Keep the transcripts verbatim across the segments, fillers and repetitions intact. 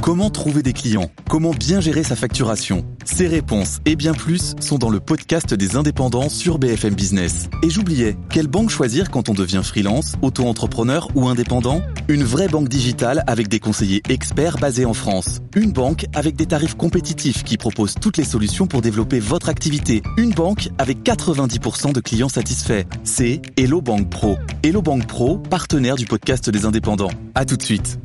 Comment trouver des clients ? Comment bien gérer sa facturation ? Ces réponses et bien plus sont dans le podcast des indépendants sur B F M Business. Et j'oubliais, quelle banque choisir quand on devient freelance, auto-entrepreneur ou indépendant ? Une vraie banque digitale avec des conseillers experts basés en France. Une banque avec des tarifs compétitifs qui propose toutes les solutions pour développer votre activité. Une banque avec quatre-vingt-dix pour cent de clients satisfaits. C'est Hello Bank Pro. Hello Bank Pro, partenaire du podcast des indépendants. À tout de suite.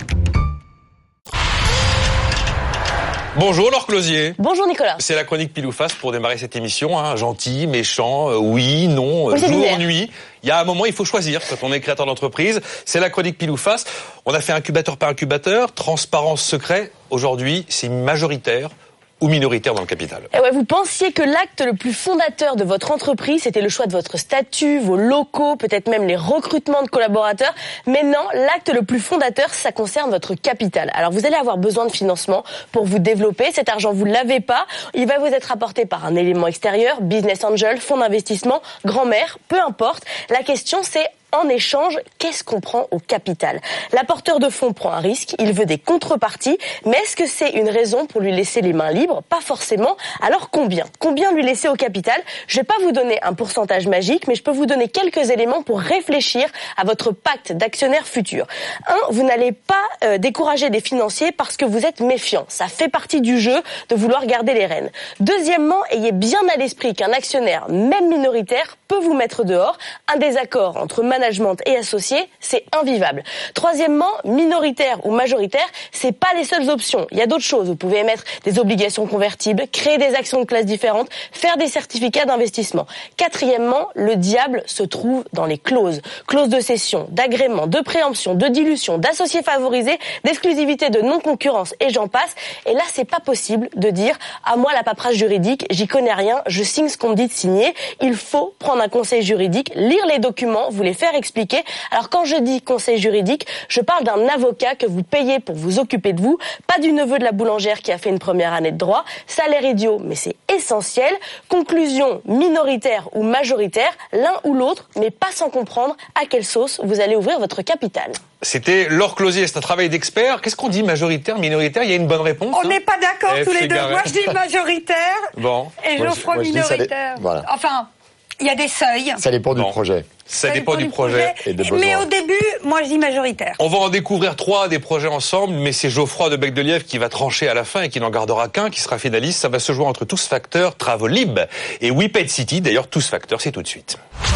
Bonjour Laure Closier. Bonjour Nicolas. C'est la chronique pile ou face pour démarrer cette émission. Hein. Gentil, méchant, euh, oui, non, euh, jour, nuit. Il y a un moment, il faut choisir quand on est créateur d'entreprise. C'est la chronique pile ou face. On a fait incubateur par incubateur, transparence, secret. Aujourd'hui, c'est majoritaire ou minoritaire dans le capital. Et ouais, vous pensiez que l'acte le plus fondateur de votre entreprise, c'était le choix de votre statut, vos locaux, peut-être même les recrutements de collaborateurs. Mais non, l'acte le plus fondateur, ça concerne votre capital. Alors vous allez avoir besoin de financement pour vous développer. Cet argent, vous ne l'avez pas. Il va vous être apporté par un élément extérieur, business angel, fonds d'investissement, grand-mère, peu importe. La question, c'est en échange, qu'est-ce qu'on prend au capital ? L'apporteur de fonds prend un risque, il veut des contreparties, mais est-ce que c'est une raison pour lui laisser les mains libres ? Pas forcément. Alors combien ? Combien lui laisser au capital ? Je vais pas vous donner un pourcentage magique, mais je peux vous donner quelques éléments pour réfléchir à votre pacte d'actionnaires futurs. Un, vous n'allez pas euh, décourager des financiers parce que vous êtes méfiant. Ça fait partie du jeu de vouloir garder les rênes. Deuxièmement, ayez bien à l'esprit qu'un actionnaire, même minoritaire, peut vous mettre dehors. Un désaccord entre management et associés, c'est invivable. Troisièmement, minoritaire ou majoritaire, c'est pas les seules options. Il y a d'autres choses. Vous pouvez émettre des obligations convertibles, créer des actions de classe différentes, faire des certificats d'investissement. Quatrièmement, le diable se trouve dans les clauses. Clauses de cession, d'agrément, de préemption, de dilution, d'associés favorisés, d'exclusivité, de non-concurrence et j'en passe. Et là, c'est pas possible de dire « à moi la paperasse juridique, j'y connais rien, je signe ce qu'on me dit de signer ». Il faut prendre un conseil juridique, lire les documents, vous les faire expliquer. Alors quand je dis conseil juridique, je parle d'un avocat que vous payez pour vous occuper de vous, pas du neveu de la boulangère qui a fait une première année de droit. Salaire idiot, mais c'est essentiel. Conclusion, minoritaire ou majoritaire, l'un ou l'autre, mais pas sans comprendre à quelle sauce vous allez ouvrir votre capital. C'était Laure Closier, c'est un travail d'expert. Qu'est-ce qu'on dit, majoritaire, minoritaire ? Il y a une bonne réponse ? On n'est hein pas d'accord F. tous les deux. Garret. Moi je dis majoritaire bon. et Geoffroy minoritaire. Dis, voilà. Enfin, il y a des seuils. Ça dépend bon. du projet. Ça, ça dépend, dépend du projet. projet. Et des mais au début, moi je dis majoritaire. On va en découvrir trois des projets ensemble, mais c'est Geoffroy de Becdelièvre qui va trancher à la fin et qui n'en gardera qu'un, qui sera finaliste. Ça va se jouer entre Tous Facteurs, Travolib et WePaid City. D'ailleurs, Tous Facteurs, c'est tout de suite.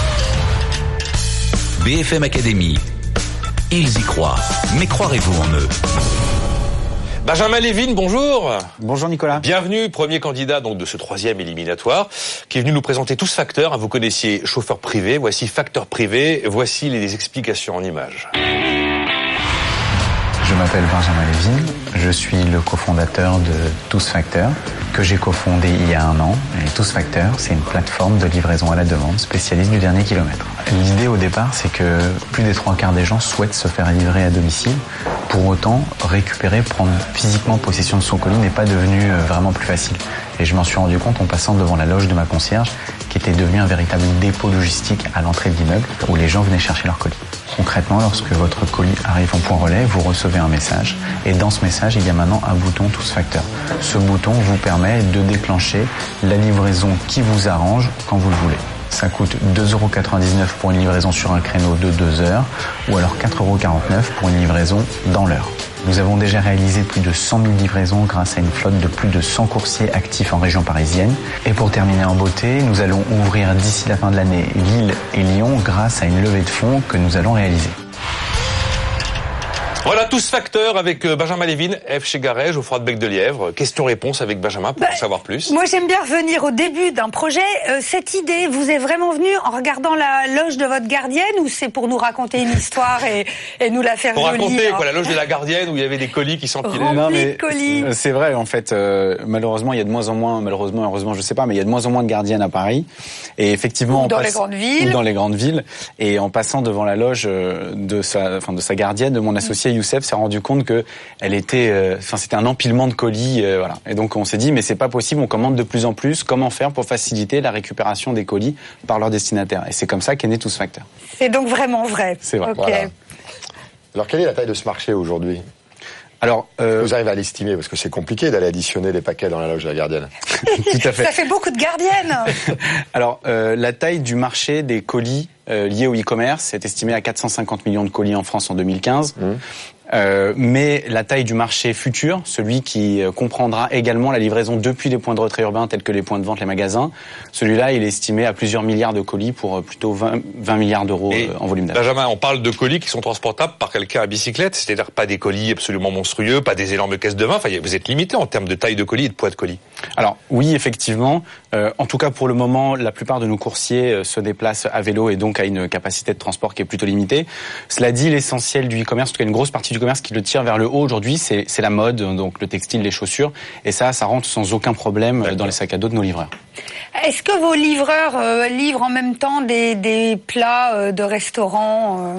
B F M Academy. Ils y croient, mais croirez-vous en eux ? Benjamin Lévin, bonjour. Bonjour Nicolas. Bienvenue, premier candidat donc de ce troisième éliminatoire, qui est venu nous présenter Tous Facteurs. Vous connaissiez chauffeur privé, voici facteur privé, voici les explications en images. Je m'appelle Benjamin Lévin, je suis le cofondateur de Tous Facteurs, que j'ai cofondé il y a un an. Et Tous Facteurs, c'est une plateforme de livraison à la demande spécialiste du dernier kilomètre. L'idée au départ, c'est que plus des trois quarts des gens souhaitent se faire livrer à domicile. Pour autant, récupérer, prendre physiquement possession de son colis n'est pas devenu vraiment plus facile. Et je m'en suis rendu compte en passant devant la loge de ma concierge, qui était devenue un véritable dépôt logistique à l'entrée de l'immeuble, où les gens venaient chercher leur colis. Concrètement, lorsque votre colis arrive en point relais, vous recevez un message. Et dans ce message, il y a maintenant un bouton Tous Facteurs. Ce bouton vous permet de déclencher la livraison qui vous arrange quand vous le voulez. Ça coûte deux euros quatre-vingt-dix-neuf pour une livraison sur un créneau de deux heures ou alors quatre euros quarante-neuf pour une livraison dans l'heure. Nous avons déjà réalisé plus de cent mille livraisons grâce à une flotte de plus de cent coursiers actifs en région parisienne. Et pour terminer en beauté, nous allons ouvrir d'ici la fin de l'année Lille et Lyon grâce à une levée de fonds que nous allons réaliser. Voilà, Tous Facteurs avec Benjamin Lévin, F. chez Garret, Geoffroy de Becdelièvre. Question-réponse avec Benjamin pour bah, en savoir plus. Moi, j'aime bien revenir au début d'un projet. Euh, cette idée vous est vraiment venue en regardant la loge de votre gardienne ou c'est pour nous raconter une histoire et, et nous la faire pour jolie? Pour raconter, hein. quoi, la loge de la gardienne où il y avait des colis qui s'empilaient. Non, mais colis. C'est vrai, en fait, euh, malheureusement, il y a de moins en moins, malheureusement, heureusement, je sais pas, mais il y a de moins en moins de gardiennes à Paris. Et effectivement, ou dans passe, les grandes villes. Ou dans les grandes villes. Et en passant devant la loge de sa, enfin, de sa gardienne, de mon associé Youssef s'est rendu compte que elle était, enfin euh, c'était un empilement de colis, euh, voilà. Et donc on s'est dit mais c'est pas possible, on commande de plus en plus. Comment faire pour faciliter la récupération des colis par leur destinataire? Et c'est comme ça qu'est né Tous Facteurs. C'est donc vraiment vrai. C'est vrai. Okay. Voilà. Alors quelle est la taille de ce marché aujourd'hui? Alors, euh... vous arrivez à l'estimer parce que c'est compliqué d'aller additionner les paquets dans la loge de la gardienne. Tout à fait. Ça fait beaucoup de gardiennes. Alors, euh, la taille du marché des colis euh, liés au e-commerce est estimée à quatre cent cinquante millions de colis en France en deux mille quinze. Mmh. Euh, mais la taille du marché futur, celui qui euh, comprendra également la livraison depuis les points de retrait urbains tels que les points de vente, les magasins, celui-là, il est estimé à plusieurs milliards de colis pour euh, plutôt vingt, vingt milliards d'euros euh, en volume d'affaires. Benjamin, on parle de colis qui sont transportables par quelqu'un à bicyclette, c'est-à-dire pas des colis absolument monstrueux, pas des énormes caisses de vin. Enfin, vous êtes limité en termes de taille de colis et de poids de colis. Alors oui, effectivement. Euh, en tout cas, pour le moment, la plupart de nos coursiers euh, se déplacent à vélo et donc à une capacité de transport qui est plutôt limitée. Cela dit, l'essentiel du e-commerce, en tout cas une grosse partie du commerce qui le tire vers le haut aujourd'hui, c'est, c'est la mode, donc le textile, les chaussures. Et ça, ça rentre sans aucun problème D'accord. dans les sacs à dos de nos livreurs. Est-ce que vos livreurs euh, livrent en même temps des, des plats euh, de restaurants euh...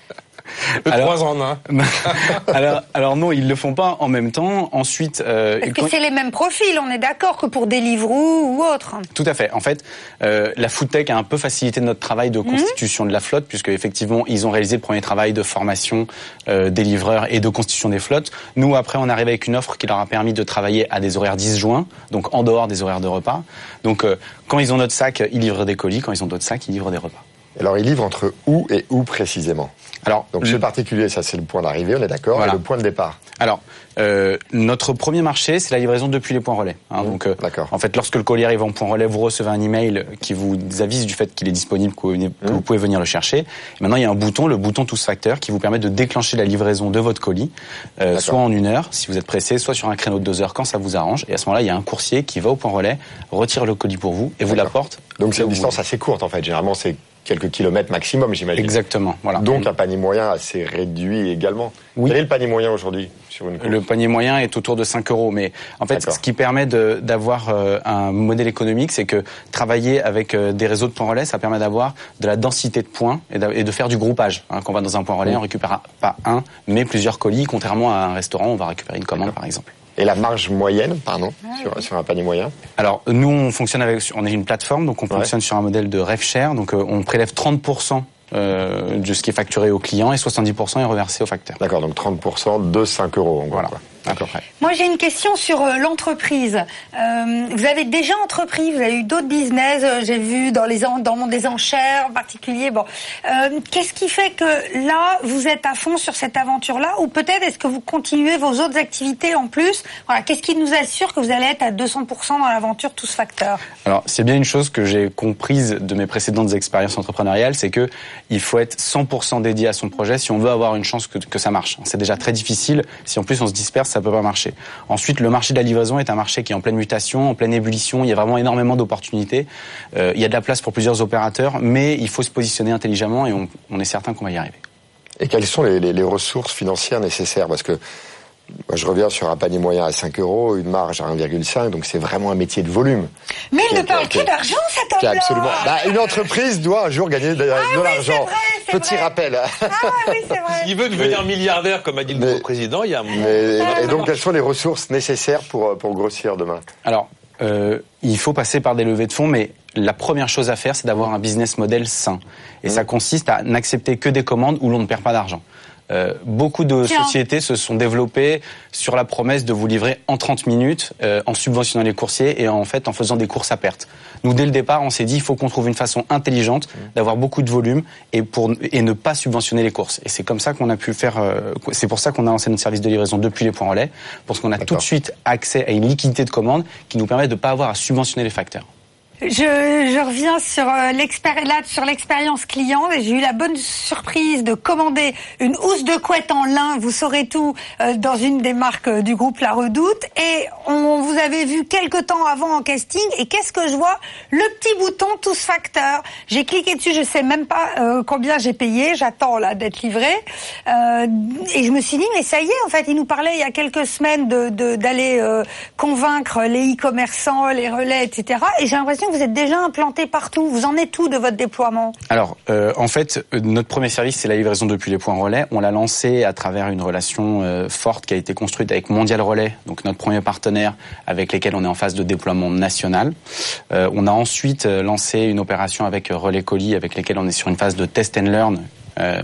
Le trois en un. alors, alors non, ils le font pas en même temps. Ensuite, euh, parce que quand... c'est les mêmes profils. On est d'accord que pour Deliveroo ou autre. Tout à fait. En fait, euh, la Foodtech a un peu facilité notre travail de constitution mmh. de la flotte, puisque effectivement, ils ont réalisé le premier travail de formation euh, des livreurs et de constitution des flottes. Nous, après, on arrive avec une offre qui leur a permis de travailler à des horaires disjoints, donc en dehors des horaires de repas. Donc, euh, quand ils ont notre sac, ils livrent des colis. Quand ils ont d'autres sacs, ils livrent des repas. Alors, ils livrent entre où et où précisément ? Alors, donc, chez le particulier, ça, c'est le point d'arrivée, on est d'accord, voilà. Et le point de départ. Alors, euh, notre premier marché, c'est la livraison depuis les points relais. Hein, mmh, donc, euh, d'accord. En fait, lorsque le colis arrive en point relais, vous recevez un email qui vous avise du fait qu'il est disponible, que vous, mmh. que vous pouvez venir le chercher. Et maintenant, il y a un bouton, le bouton Tous Facteurs, qui vous permet de déclencher la livraison de votre colis, euh, soit en une heure, si vous êtes pressé, soit sur un créneau de deux heures, quand ça vous arrange. Et à ce moment-là, il y a un coursier qui va au point relais, retire le colis pour vous et vous l'apporte. Donc, c'est une distance assez courte, en fait. Généralement, c'est quelques kilomètres maximum, j'imagine. Exactement, voilà. Donc un panier moyen assez réduit également. Oui. Quel est le panier moyen aujourd'hui sur une course ? Le panier moyen est autour de cinq euros, mais en fait, D'accord. ce qui permet de, d'avoir euh, un modèle économique, c'est que travailler avec euh, des réseaux de points relais, ça permet d'avoir de la densité de points et, et de faire du groupage. Hein, quand on va dans un point relais, mmh. on récupère pas un, mais plusieurs colis, contrairement à un restaurant, on va récupérer une commande, D'accord. par exemple. Et la marge moyenne, pardon, sur, sur un panier moyen ? Alors, nous, on fonctionne avec, on est une plateforme, donc on ouais. fonctionne sur un modèle de rev share, donc euh, on prélève trente pour cent euh, de ce qui est facturé au client et soixante-dix pour cent est reversé au facteur. D'accord, donc trente pour cent de cinq euros, en gros. Voilà. Quoi. À peu près. Moi, j'ai une question sur euh, l'entreprise. Euh, vous avez déjà entrepris, vous avez eu d'autres business, euh, j'ai vu dans les en, dans des enchères en particulier. Bon, euh, qu'est-ce qui fait que là, vous êtes à fond sur cette aventure-là, ou peut-être est-ce que vous continuez vos autres activités en plus ? Voilà, qu'est-ce qui nous assure que vous allez être à deux cents pour cent dans l'aventure Tous Facteurs ? Alors, c'est bien une chose que j'ai comprise de mes précédentes expériences entrepreneuriales, c'est que il faut être cent pour cent dédié à son projet si on veut avoir une chance que, que ça marche. C'est déjà très difficile. Si en plus on se disperse, ça peut pas marcher. Ensuite, le marché de la livraison est un marché qui est en pleine mutation, en pleine ébullition. Il y a vraiment énormément d'opportunités. Euh, il y a de la place pour plusieurs opérateurs, mais il faut se positionner intelligemment et on, on est certain qu'on va y arriver. Et quelles sont les, les, les ressources financières nécessaires ? Parce que moi, je reviens sur un panier moyen à cinq euros, une marge à un virgule cinq, donc c'est vraiment un métier de volume. Mais il ne parle que d'argent, cet homme-là. Absolument. Bah, une entreprise doit un jour gagner de, ah, de oui, l'argent. C'est vrai, c'est Petit vrai. rappel. Ah oui, c'est vrai. S'il veut devenir mais, milliardaire, comme a dit le nouveau président, il y a un moment. Mais, ah, et donc, quelles sont les ressources nécessaires pour, pour grossir demain ? Alors, euh, il faut passer par des levées de fonds, mais la première chose à faire, c'est d'avoir un business model sain. Et mmh. ça consiste à n'accepter que des commandes où l'on ne perd pas d'argent. Euh, beaucoup de Tiens. sociétés se sont développées sur la promesse de vous livrer en trente minutes, euh, en subventionnant les coursiers et en fait en faisant des courses à perte. Nous, dès le départ, on s'est dit il faut qu'on trouve une façon intelligente d'avoir beaucoup de volume et pour et ne pas subventionner les courses. Et c'est comme ça qu'on a pu faire. Euh, c'est pour ça qu'on a lancé notre service de livraison depuis les points relais, parce qu'on a D'accord. tout de suite accès à une liquidité de commande qui nous permet de ne pas avoir à subventionner les facteurs. Je, je reviens sur, euh, l'expéri- là, sur l'expérience client et j'ai eu la bonne surprise de commander une housse de couette en lin, vous saurez tout, euh, dans une des marques euh, du groupe La Redoute. Et on vous avait vu quelque temps avant en casting et qu'est-ce que je vois ? Le petit bouton Tous Facteurs. J'ai cliqué dessus, je sais même pas euh, combien j'ai payé, j'attends là d'être livré. Euh, et je me suis dit, mais ça y est, en fait, il nous parlait il y a quelques semaines de, de, d'aller euh, convaincre les e-commerçants, les relais, et cetera. Et j'ai l'impression que vous êtes déjà implanté partout. Vous en êtes où de votre déploiement ? Alors, euh, en fait, notre premier service, c'est la livraison depuis les points relais. On l'a lancé à travers une relation euh, forte qui a été construite avec Mondial Relais, donc notre premier partenaire avec lesquels on est en phase de déploiement national. Euh, on a ensuite lancé une opération avec Relais Colis, avec lesquels on est sur une phase de test and learn. Euh,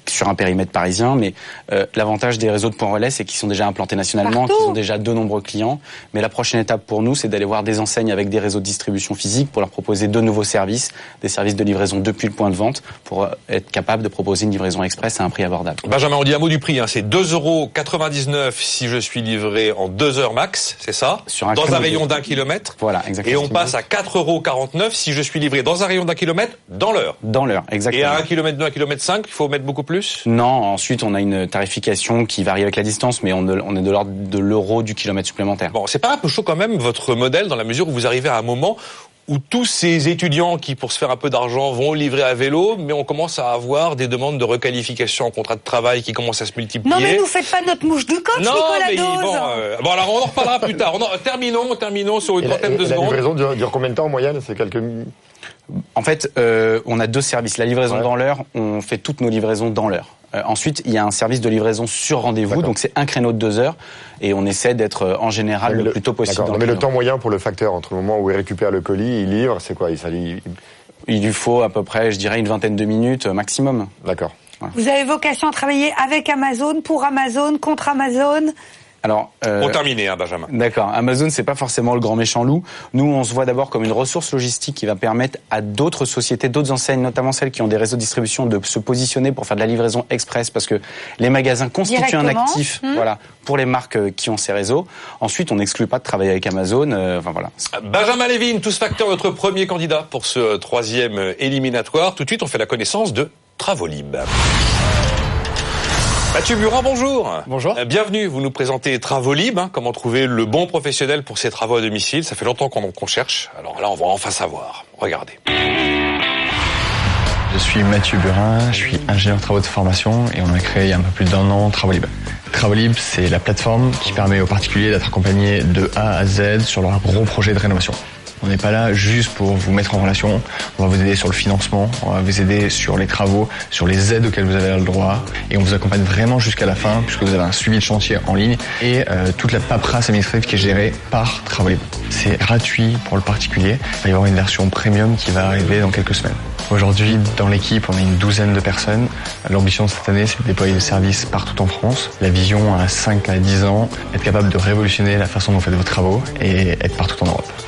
sur un périmètre parisien, mais euh, l'avantage des réseaux de points relais, c'est qu'ils sont déjà implantés nationalement, qu'ils ont déjà de nombreux clients. Mais la prochaine étape pour nous, c'est d'aller voir des enseignes avec des réseaux de distribution physique pour leur proposer de nouveaux services, des services de livraison depuis le point de vente, pour être capable de proposer une livraison express à un prix abordable. Benjamin, on dit un mot du prix, hein. C'est deux euros quatre-vingt-dix-neuf si je suis livré en deux heures max, c'est ça? Sur un dans un rayon d'un kilomètre. Voilà, exactement. Et on passe à quatre euros quarante-neuf si je suis livré dans un rayon d'un kilomètre, dans l'heure. Dans l'heure, exactement. Et à un kilomètre deux, un kilomètre cinq, il faut mettre beaucoup plus? Non, ensuite on a une tarification qui varie avec la distance, mais on, on est de l'ordre de l'euro du kilomètre supplémentaire. Bon, c'est pas un peu chaud quand même votre modèle, dans la mesure où vous arrivez à un moment où tous ces étudiants qui, pour se faire un peu d'argent, vont livrer à vélo, mais on commence à avoir des demandes de requalification en contrat de travail qui commencent à se multiplier. Non, mais nous faites pas notre mouche du coach, non, Nicolas mais Dose. Bon, euh, bon, alors on en reparlera plus tard. On en, terminons, terminons sur une trentaine de la secondes. La livraison dure, dure combien de temps en moyenne? C'est quelques minutes. En fait, euh, on a deux services. La livraison ouais. dans l'heure, on fait toutes nos livraisons dans l'heure. Euh, ensuite, il y a un service de livraison sur rendez-vous, d'accord. Donc c'est un créneau de deux heures, et on essaie d'être euh, en général le, le plus tôt possible. Dans non, le mais créneau. le temps moyen pour le facteur, entre le moment où il récupère le colis, il livre, c'est quoi? Il, ça, il... il lui faut à peu près, je dirais, une vingtaine de minutes maximum. D'accord. Voilà. Vous avez vocation à travailler avec Amazon, pour Amazon, contre Amazon? Alors, euh, pour terminer, hein, Benjamin. D'accord. Amazon, c'est pas forcément le grand méchant loup. Nous, on se voit d'abord comme une ressource logistique qui va permettre à d'autres sociétés, d'autres enseignes, notamment celles qui ont des réseaux de distribution, de se positionner pour faire de la livraison express, parce que les magasins constituent un actif, mmh. voilà, pour les marques qui ont ces réseaux. Ensuite, on n'exclut pas de travailler avec Amazon. Euh, enfin voilà. Benjamin Lévin, Tous Facteurs, notre premier candidat pour ce troisième éliminatoire. Tout de suite, on fait la connaissance de Travolib. Mathieu Buran, bonjour. Bonjour. Bienvenue, vous nous présentez Travolib, hein, comment trouver le bon professionnel pour ses travaux à domicile. Ça fait longtemps qu'on, qu'on cherche, alors là on va enfin savoir. Regardez. Je suis Mathieu Burin, je suis ingénieur travaux de formation et on a créé il y a un peu plus d'un an Travolib. Travolib, c'est la plateforme qui permet aux particuliers d'être accompagnés de A à Z sur leurs gros projets de rénovation. On n'est pas là juste pour vous mettre en relation, on va vous aider sur le financement, on va vous aider sur les travaux, sur les aides auxquelles vous avez le droit et on vous accompagne vraiment jusqu'à la fin puisque vous avez un suivi de chantier en ligne et euh, toute la paperasse administrative qui est gérée par Travolib. C'est gratuit pour le particulier, il va y avoir une version premium qui va arriver dans quelques semaines. Aujourd'hui, dans l'équipe, on a une douzaine de personnes. L'ambition de cette année, c'est de déployer le service partout en France. La vision à cinq à dix ans, être capable de révolutionner la façon dont vous faites vos travaux et être partout en Europe.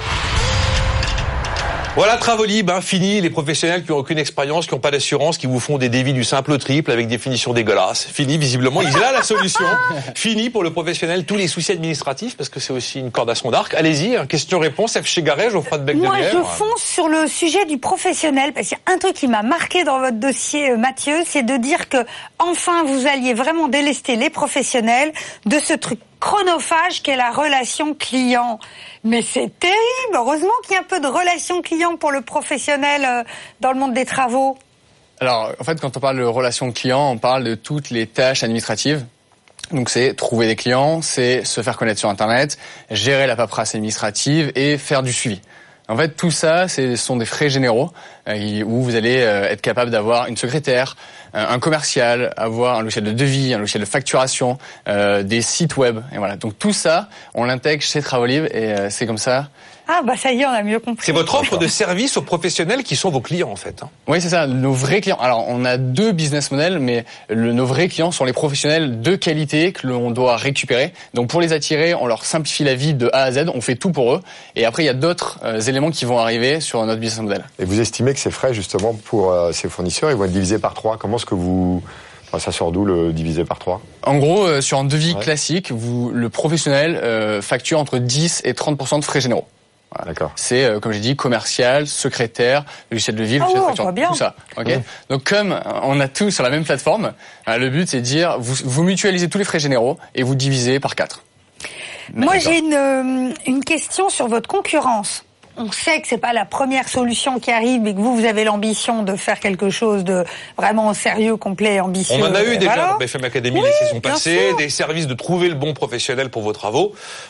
Voilà, Travolib, hein, fini les professionnels qui n'ont aucune expérience, qui n'ont pas d'assurance, qui vous font des devis du simple au triple avec des finitions dégueulasses. Fini, visiblement, il est là la solution. Fini pour le professionnel, tous les soucis administratifs, parce que c'est aussi une corde à son arc. Allez-y, hein, question-réponse, F chez Garet, Geoffroy de Bec de Moi, Lièvre. je fonce sur le sujet du professionnel, parce qu'il y a un truc qui m'a marqué dans votre dossier, Mathieu, c'est de dire que, enfin, vous alliez vraiment délester les professionnels de ce truc chronophage qu'est la relation client. Mais c'est terrible. Heureusement qu'il y a un peu de relation client pour le professionnel euh, dans le monde des travaux. Alors, en fait, quand on parle de relation client, on parle de toutes les tâches administratives. Donc, c'est trouver des clients, c'est se faire connaître sur Internet, gérer la paperasse administrative et faire du suivi. En fait, tout ça, ce sont des frais généraux euh, où vous allez euh, être capable d'avoir une secrétaire, euh, un commercial, avoir un logiciel de devis, un logiciel de facturation, euh, des sites web. Et voilà. Donc tout ça, on l'intègre chez Travolib et euh, c'est comme ça. Ah bah ça y est, on a mieux compris. C'est votre offre de service aux professionnels qui sont vos clients en fait. Hein. Oui, c'est ça, nos vrais clients. Alors, on a deux business models, mais le, nos vrais clients sont les professionnels de qualité que l'on doit récupérer. Donc, pour les attirer, on leur simplifie la vie de A à Z, on fait tout pour eux. Et après, il y a d'autres euh, éléments qui vont arriver sur notre business model. Et vous estimez que ces frais, justement, pour euh, ces fournisseurs, ils vont être divisés par trois. Comment est-ce que vous... Enfin, ça sort d'où, le divisé par trois? En gros, euh, sur un devis ouais. classique, vous, le professionnel euh, facture entre dix et trente pour cent de frais généraux. Voilà. D'accord. C'est, euh, comme j'ai dit, commercial, secrétaire, logiciel de vie, logiciel oh, de facture, tout ça. Okay. Mmh. Donc, comme on a tout sur la même plateforme, euh, le but, c'est de dire, vous, vous mutualisez tous les frais généraux et vous divisez par quatre. Moi, j'ai une, euh, une question sur votre concurrence. On sait que c'est pas la première solution qui arrive et que vous, vous avez l'ambition de faire quelque chose de vraiment sérieux, complet, ambitieux. On en a eu déjà voilà. dans B F M Academy oui, les saisons passées, des services de trouver le bon professionnel pour vos travaux. Bon.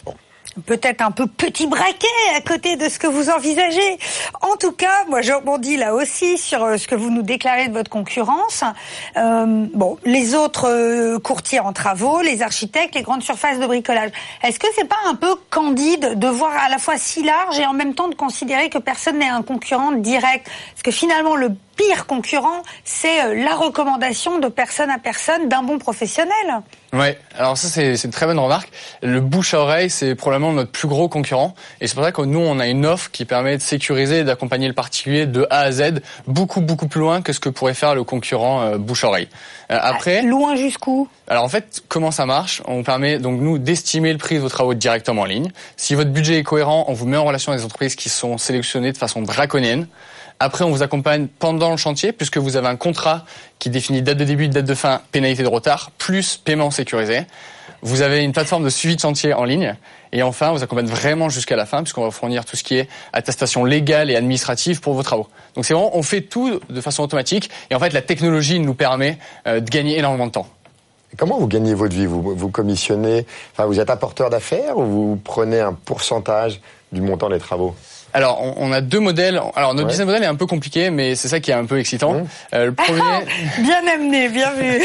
peut-être un peu petit braquet à côté de ce que vous envisagez. En tout cas, moi je rebondis là aussi sur ce que vous nous déclarez de votre concurrence. Euh, bon, les autres euh, courtiers en travaux, les architectes, les grandes surfaces de bricolage. Est-ce que c'est pas un peu candide de voir à la fois si large et en même temps de considérer que personne n'est un concurrent direct? Parce que finalement, le pire concurrent, c'est la recommandation de personne à personne d'un bon professionnel. Ouais, alors ça c'est, c'est une très bonne remarque. Le bouche à oreille, c'est probablement notre plus gros concurrent. Et c'est pour ça que nous, on a une offre qui permet de sécuriser et d'accompagner le particulier de A à Z beaucoup, beaucoup plus loin que ce que pourrait faire le concurrent euh, bouche à oreille. Euh, après, loin jusqu'où? Alors en fait, comment ça marche? On permet donc nous d'estimer le prix de vos travaux directement en ligne. Si votre budget est cohérent, on vous met en relation avec des entreprises qui sont sélectionnées de façon draconienne. Après, on vous accompagne pendant le chantier, puisque vous avez un contrat qui définit date de début, date de fin, pénalité de retard, plus paiement sécurisé. Vous avez une plateforme de suivi de chantier en ligne. Et enfin, on vous accompagne vraiment jusqu'à la fin, puisqu'on va fournir tout ce qui est attestation légale et administrative pour vos travaux. Donc c'est vraiment, on fait tout de façon automatique. Et en fait, la technologie nous permet euh, de gagner énormément de temps. Comment vous gagnez votre vie? Vous, vous commissionnez, enfin, vous êtes apporteur d'affaires ou vous prenez un pourcentage du montant des travaux? Alors, on, on a deux modèles. Alors, notre ouais. business model est un peu compliqué, mais c'est ça qui est un peu excitant. Mmh. Euh, le premier... Ah, bien amené, bien vu.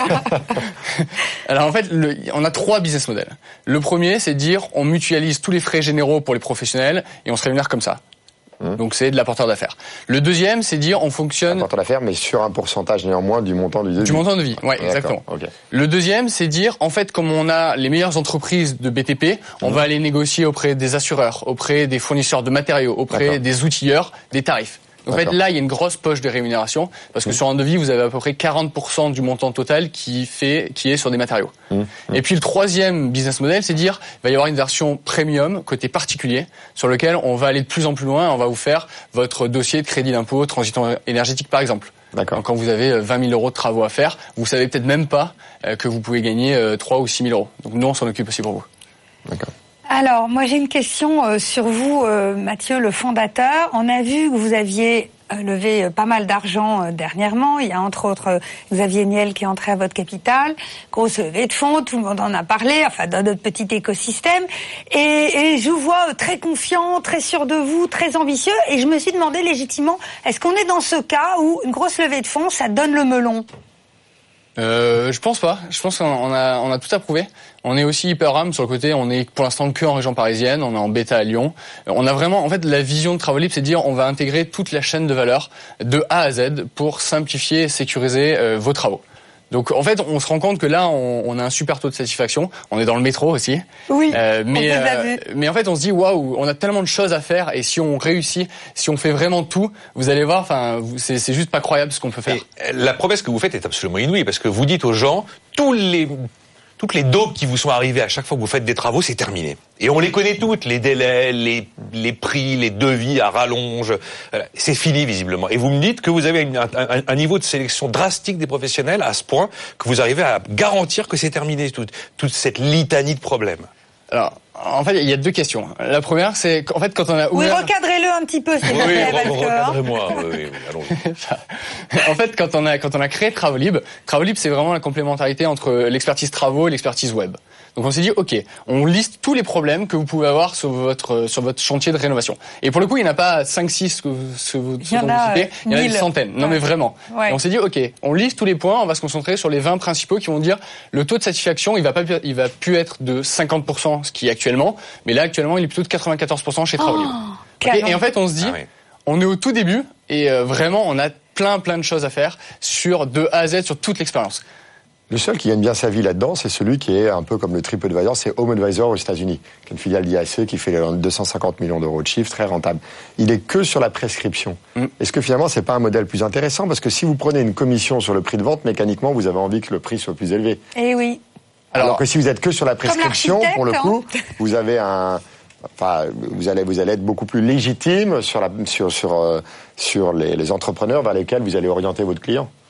Alors, en fait, le, on a trois business models. Le premier, c'est de dire, on mutualise tous les frais généraux pour les professionnels et on se rémunère comme ça. Mmh. Donc, c'est de l'apporteur d'affaires. Le deuxième, c'est dire, on fonctionne... Apporteur d'affaires, mais sur un pourcentage néanmoins du montant du devis. Du montant de vie, ouais, ah, exactement. Okay. Le deuxième, c'est dire, en fait, comme on a les meilleures entreprises de B T P, on mmh. va aller négocier auprès des assureurs, auprès des fournisseurs de matériaux, auprès D'accord. des outilleurs, des tarifs. Donc, en fait, là, il y a une grosse poche de rémunération, parce que mmh. sur un devis, vous avez à peu près quarante pour cent du montant total qui fait, qui est sur des matériaux. Mmh. Et puis, le troisième business model, c'est dire, il va y avoir une version premium, côté particulier, sur lequel on va aller de plus en plus loin, on va vous faire votre dossier de crédit d'impôt, transition énergétique, par exemple. D'accord. Donc, quand vous avez vingt mille euros de travaux à faire, vous savez peut-être même pas que vous pouvez gagner trois ou six mille euros. Donc, nous, on s'en occupe aussi pour vous. D'accord. Alors, moi j'ai une question euh, sur vous, euh, Mathieu, le fondateur. On a vu que vous aviez euh, levé euh, pas mal d'argent euh, dernièrement. Il y a entre autres euh, Xavier Niel qui est entré à votre capital. Grosse levée de fonds, tout le monde en a parlé, enfin dans notre petit écosystème. Et, et je vous vois euh, très confiant, très sûr de vous, très ambitieux. Et je me suis demandé légitimement, est-ce qu'on est dans ce cas où une grosse levée de fonds, ça donne le melon ? Euh, je pense pas. Je pense qu'on a, on a tout approuvé. On est aussi hyper rame sur le côté. On est pour l'instant que en région parisienne. On est en bêta à Lyon. On a vraiment, en fait, la vision de Travolib, c'est de dire on va intégrer toute la chaîne de valeur de A à Z pour simplifier et sécuriser euh, vos travaux. Donc en fait, on se rend compte que là, on, on a un super taux de satisfaction. On est dans le métro aussi. Oui. Euh, mais euh, mais en fait, on se dit waouh, on a tellement de choses à faire et si on réussit, si on fait vraiment tout, vous allez voir. Enfin, c'est, c'est juste pas croyable ce qu'on peut faire. Et la promesse que vous faites est absolument inouïe parce que vous dites aux gens tous les toutes les daubes qui vous sont arrivées à chaque fois que vous faites des travaux, c'est terminé. Et on les connaît toutes, les délais, les, les prix, les devis à rallonge. C'est fini, visiblement. Et vous me dites que vous avez un, un, un niveau de sélection drastique des professionnels à ce point que vous arrivez à garantir que c'est terminé, toute, toute cette litanie de problèmes. Alors, en fait, il y a deux questions. La première, c'est qu'en fait, quand on a ouvert... Oui, recadrez-le un petit peu, s'il vous plaît. Oui, oui, recadrez-moi. Oui, oui, allons-y. En fait, quand on a, quand on a créé Travolib, Travolib, c'est vraiment la complémentarité entre l'expertise travaux et l'expertise web. Donc on s'est dit, ok, on liste tous les problèmes que vous pouvez avoir sur votre sur votre chantier de rénovation. Et pour le coup, il n'y en a pas cinq six que vous, ce, vous, il y en a, citez, il y en a des centaines. Non ouais. mais vraiment. Ouais. Et on s'est dit, ok, on liste tous les points, on va se concentrer sur les vingt principaux qui vont dire le taux de satisfaction, il va pas, il va plus être de cinquante pour cent, ce qui est actuellement, mais là actuellement, il est plutôt de quatre-vingt-quatorze pour cent chez Travolib. Oh, okay, et en fait, on se dit, ah oui. on est au tout début et euh, vraiment, on a plein plein de choses à faire sur de A à Z sur toute l'expérience. Le seul qui gagne bien sa vie là-dedans, c'est celui qui est un peu comme le TripAdvisor, c'est HomeAdvisor aux États-Unis, qui est une filiale d'I A C qui fait deux cent cinquante millions d'euros de chiffre, très rentable. Il est que sur la prescription. Mm. Est-ce que finalement, c'est pas un modèle plus intéressant? Parce que si vous prenez une commission sur le prix de vente, mécaniquement, vous avez envie que le prix soit plus élevé. Eh oui. Alors, Alors que si vous êtes que sur la prescription, pour le coup, hein. vous avez un... Enfin, vous allez, vous allez être beaucoup plus légitime sur, la, sur, sur, euh, sur les, les entrepreneurs vers lesquels vous allez orienter votre client.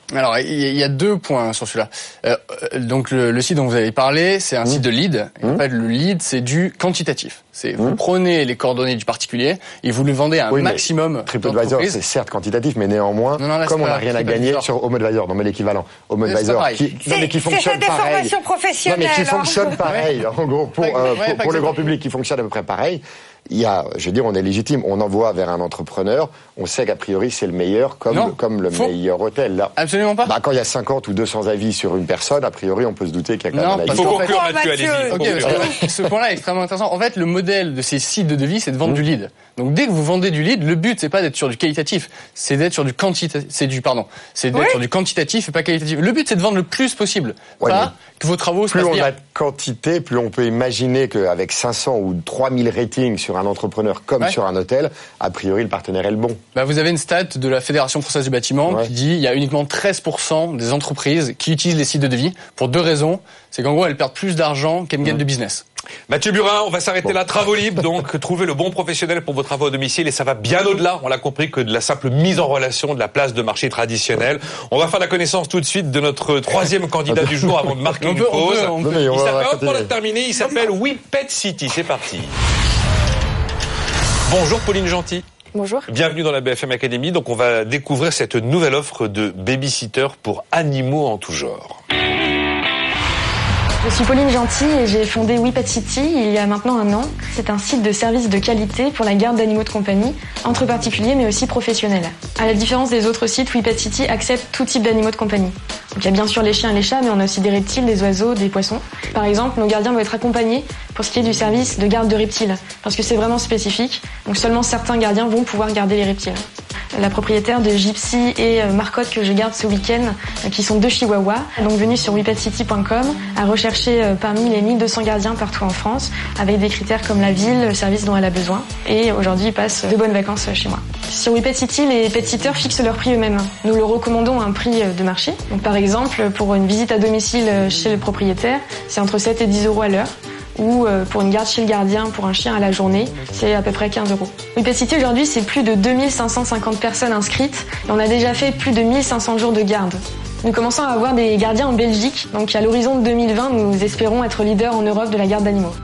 Alors, il y a deux points sur celui-là. Euh, donc, le, le site dont vous avez parlé, c'est un mmh. site de lead. Et mmh. En fait, le lead, c'est du quantitatif. C'est mmh. vous prenez les coordonnées du particulier et vous lui vendez un oui, maximum. TripAdvisor, c'est certes quantitatif, mais néanmoins, non, non, là, comme on n'a rien à gagner sur HomeAdvisor, non mais l'équivalent, HomeAdvisor, qui, non, mais qui fonctionne c'est pareil. C'est des formations professionnelles. Non mais qui fonctionne pareil, en gros, pour, ouais, euh, pour, pour le grand public, qui fonctionne à peu près pareil. Il y a, je veux dire, on est légitime. On envoie vers un entrepreneur. On sait qu'a priori c'est le meilleur, comme non, le, comme le faut... meilleur hôtel. Là, absolument pas. Bah, quand il y a cinquante ou deux cents avis sur une personne, a priori, on peut se douter qu'il y a quand non, même un avis. Il faut conclure, Mathieu, allez-y. Okay, parce que ce point-là est extrêmement intéressant. En fait, le modèle de ces sites de devis, c'est de vendre mmh. du lead. Donc, dès que vous vendez du lead, le but, c'est pas d'être sur du qualitatif, c'est d'être sur du quantitatif. C'est du, pardon, c'est d'être oui. sur du quantitatif et pas qualitatif. Le but, c'est de vendre le plus possible, ouais, pas que vos travaux se passent bien. Plus on a de quantité, plus on peut imaginer qu'avec cinq cents ou trois mille ratings sur un entrepreneur comme ouais. sur un hôtel, a priori, le partenaire est le bon. Bah, vous avez une stat de la Fédération française du bâtiment ouais. qui dit il y a uniquement treize pour cent des entreprises qui utilisent les sites de devis pour deux raisons. C'est qu'en gros, elles perdent plus d'argent qu'elles gagnent mmh. de business. Mathieu Burin, on va s'arrêter bon. là. Travaux libres, donc trouver le bon professionnel pour vos travaux à domicile, et ça va bien au-delà, on l'a compris, que de la simple mise en relation de la place de marché traditionnelle. On va faire la connaissance tout de suite de notre troisième candidat du jour avant de marquer une peut, pause. On peut, on peut. Il s'appelle, pour la terminer, il s'appelle WePet City. C'est parti. Bonjour Pauline Gentil. Bonjour. Bienvenue dans la B F M Academy. Donc on va découvrir cette nouvelle offre de babysitter pour animaux en tout genre. Je suis Pauline Gentil et j'ai fondé WePet City il y a maintenant un an. C'est un site de service de qualité pour la garde d'animaux de compagnie, entre particuliers mais aussi professionnels. À la différence des autres sites, WePet City accepte tout type d'animaux de compagnie. Donc il y a bien sûr les chiens et les chats, mais on a aussi des reptiles, des oiseaux, des poissons. Par exemple, nos gardiens vont être accompagnés pour ce qui est du service de garde de reptiles, parce que c'est vraiment spécifique. Donc seulement certains gardiens vont pouvoir garder les reptiles. La propriétaire de Gypsy et Marcotte que je garde ce week-end, qui sont deux chihuahuas, donc venus sur we pet city point com, à rechercher parmi les mille deux cents gardiens partout en France, avec des critères comme la ville, le service dont elle a besoin. Et aujourd'hui, ils passent de bonnes vacances chez moi. Sur WePet City, les pet-sitters fixent leur prix eux-mêmes. Nous leur recommandons un prix de marché. Donc par exemple, pour une visite à domicile chez le propriétaire, c'est entre sept et dix euros à l'heure. Ou pour une garde chez le gardien, pour un chien à la journée, c'est à peu près quinze euros. WePet City aujourd'hui, c'est plus de deux mille cinq cent cinquante personnes inscrites et on a déjà fait plus de mille cinq cents jours de garde. Nous commençons à avoir des gardiens en Belgique, donc à l'horizon de deux mille vingt, nous espérons être leader en Europe de la garde d'animaux.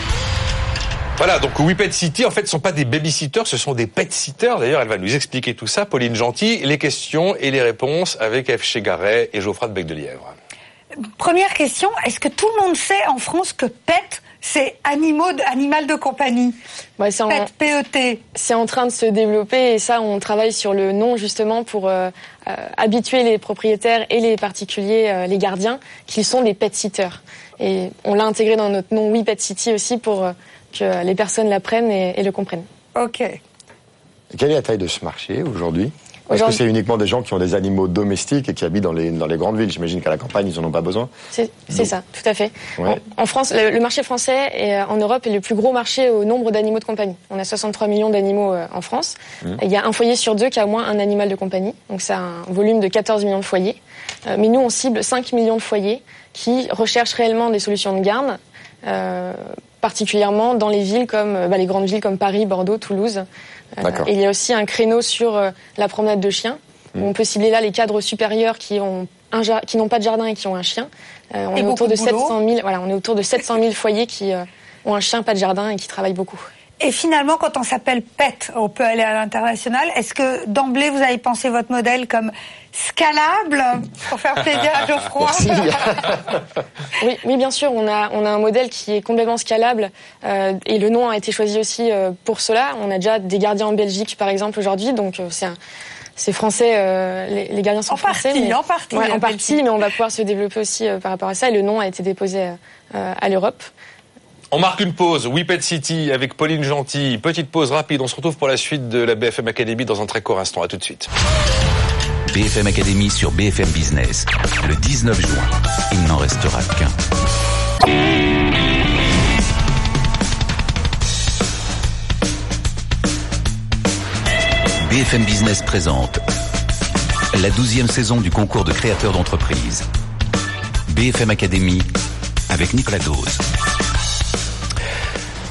Voilà, donc WePet City, en fait, ne sont pas des babysitters, ce sont des pet-sitters. D'ailleurs, elle va nous expliquer tout ça. Pauline Gentil, les questions et les réponses avec F. Chegaray et Geoffroy de Bec-de-Lièvre. Première question, est-ce que tout le monde sait en France que pet, c'est animaux, animal de compagnie? Ouais, c'est en, Pet, P E T. C'est en train de se développer et ça, on travaille sur le nom justement pour euh, euh, habituer les propriétaires et les particuliers, euh, les gardiens, qu'ils sont des pet-sitters. Et on l'a intégré dans notre nom WePet City aussi pour euh, que les personnes l'apprennent et, et le comprennent. Ok. Et quelle est la taille de ce marché aujourd'hui ? Est-ce que c'est uniquement des gens qui ont des animaux domestiques et qui habitent dans les, dans les grandes villes? J'imagine qu'à la campagne, ils n'en ont pas besoin. C'est, c'est ça, tout à fait. Ouais. En, en France, le, le marché français et en Europe est le plus gros marché au nombre d'animaux de compagnie. On a soixante-trois millions d'animaux en France. Mmh. Il y a un foyer sur deux qui a au moins un animal de compagnie. Donc c'est un volume de quatorze millions de foyers. Mais nous, on cible cinq millions de foyers qui recherchent réellement des solutions de garde, euh, particulièrement dans les villes comme bah, les grandes villes comme Paris, Bordeaux, Toulouse. Euh, et il y a aussi un créneau sur euh, la promenade de chiens, mmh. où on peut cibler là les cadres supérieurs qui ont un jar- qui n'ont pas de jardin et qui ont un chien. Euh, on, est autour de sept cent mille, voilà, on est autour de sept cent mille foyers qui euh, ont un chien, pas de jardin et qui travaillent beaucoup. Et finalement, quand on s'appelle pet, on peut aller à l'international. Est-ce que d'emblée, vous avez pensé votre modèle comme scalable, pour faire plaisir à Geoffroy? oui, oui, bien sûr. On a, on a un modèle qui est complètement scalable euh, et le nom a été choisi aussi euh, pour cela. On a déjà des gardiens en Belgique, par exemple, aujourd'hui. Donc, euh, c'est un... C'est français, euh, les, les gardiens sont en français. Partie, mais, en partie, ouais, en partie, mais on va pouvoir se développer aussi euh, par rapport à ça. Et le nom a été déposé euh, à l'Europe. On marque une pause. WePet City avec Pauline Gentil. Petite pause rapide. On se retrouve pour la suite de la B F M Academy dans un très court instant. À tout de suite. B F M Academy sur B F M Business. Le dix-neuf juin. Il n'en restera qu'un. B F M Business présente la douzième saison du concours de créateurs d'entreprise. B F M Academy avec Nicolas Dose.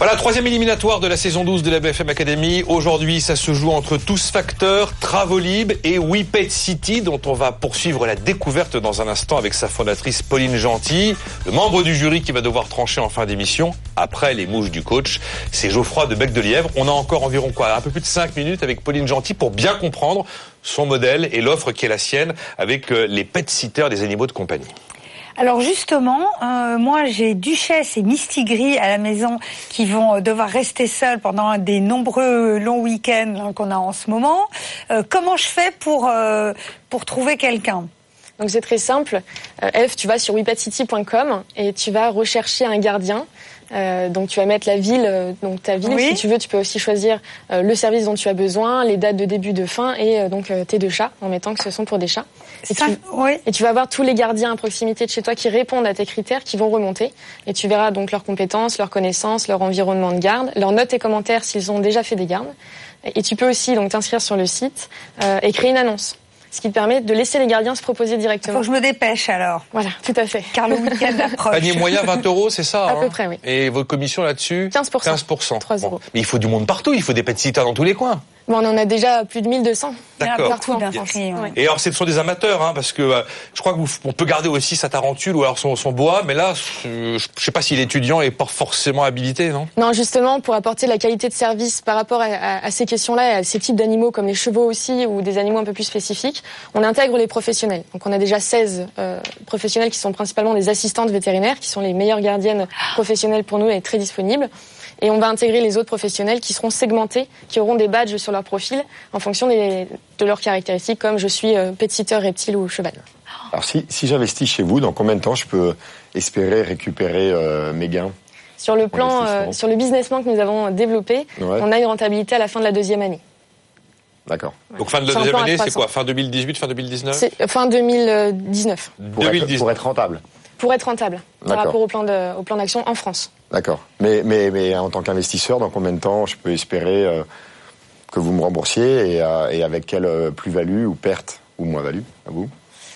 Voilà, troisième éliminatoire de la saison douze de la B F M Academy. Aujourd'hui, ça se joue entre Tous Facteurs, Travolib et WePet City, dont on va poursuivre la découverte dans un instant avec sa fondatrice Pauline Gentil, le membre du jury qui va devoir trancher en fin d'émission. Après les mouches du coach, c'est Geoffroy de Bec de Lièvre. On a encore environ quoi, un peu plus de cinq minutes avec Pauline Gentil pour bien comprendre son modèle et l'offre qui est la sienne avec les pet-sitters des animaux de compagnie. Alors justement, euh, moi j'ai Duchesse et Mistigris à la maison qui vont devoir rester seuls pendant des nombreux longs week-ends hein, qu'on a en ce moment. Euh, comment je fais pour euh, pour trouver quelqu'un ? Donc c'est très simple. Euh, Eve, tu vas sur we pet city point com et tu vas rechercher un gardien. Euh, donc tu vas mettre la ville, euh, donc ta ville. Oui. Si tu veux, tu peux aussi choisir euh, le service dont tu as besoin, les dates de début, de fin et euh, donc euh, tes deux chats, en mettant que ce sont pour des chats. Et, Ça, tu, oui. et tu vas avoir tous les gardiens à proximité de chez toi qui répondent à tes critères, qui vont remonter. Et tu verras donc leurs compétences, leurs connaissances, leur environnement de garde, leurs notes et commentaires s'ils ont déjà fait des gardes. Et tu peux aussi donc t'inscrire sur le site euh, et créer une annonce. Ce qui te permet de laisser les gardiens se proposer directement. Faut que je me dépêche alors. Voilà, tout à fait. Car le week-end approche. Panier moyen vingt euros, c'est ça? À hein peu près, oui. Et vos commissions là-dessus? quinze pour cent. quinze pour cent. trois euros. Bon. Mais il faut du monde partout, il faut des pet-sitters dans tous les coins. Bon, on en a déjà plus de mille deux cents. D'accord. Partout en France. Oui. Et alors, ce sont des amateurs, hein, parce que euh, je crois qu'on peut garder aussi sa tarentule ou alors son, son boa, mais là, je, je sais pas si l'étudiant est pas forcément habilité, non? Non, justement, pour apporter la qualité de service par rapport à, à, à ces questions-là, à ces types d'animaux comme les chevaux aussi ou des animaux un peu plus spécifiques, on intègre les professionnels. Donc, on a déjà seize euh, professionnels qui sont principalement des assistantes vétérinaires, qui sont les meilleures gardiennes professionnelles pour nous et très disponibles. Et on va intégrer les autres professionnels qui seront segmentés, qui auront des badges sur leur profil en fonction des, de leurs caractéristiques, comme je suis euh, pet-sitter, reptile ou cheval. Alors si, si j'investis chez vous, dans combien de temps je peux espérer récupérer euh, mes gains? Sur le plan, euh, sur le business plan que nous avons développé, ouais. On a une rentabilité à la fin de la deuxième année. D'accord. Ouais. Donc fin de la deuxième année, c'est quoi? Fin deux mille dix-huit, fin deux mille dix-neuf? C'est fin deux mille dix-neuf. Pour, être, pour être rentable? Pour être rentable, par rapport au plan de, au plan d'action en France. D'accord. Mais, mais, mais en tant qu'investisseur, dans combien de temps je peux espérer euh, que vous me remboursiez et, euh, et avec quelle euh, plus-value ou perte ou moins-value à vous?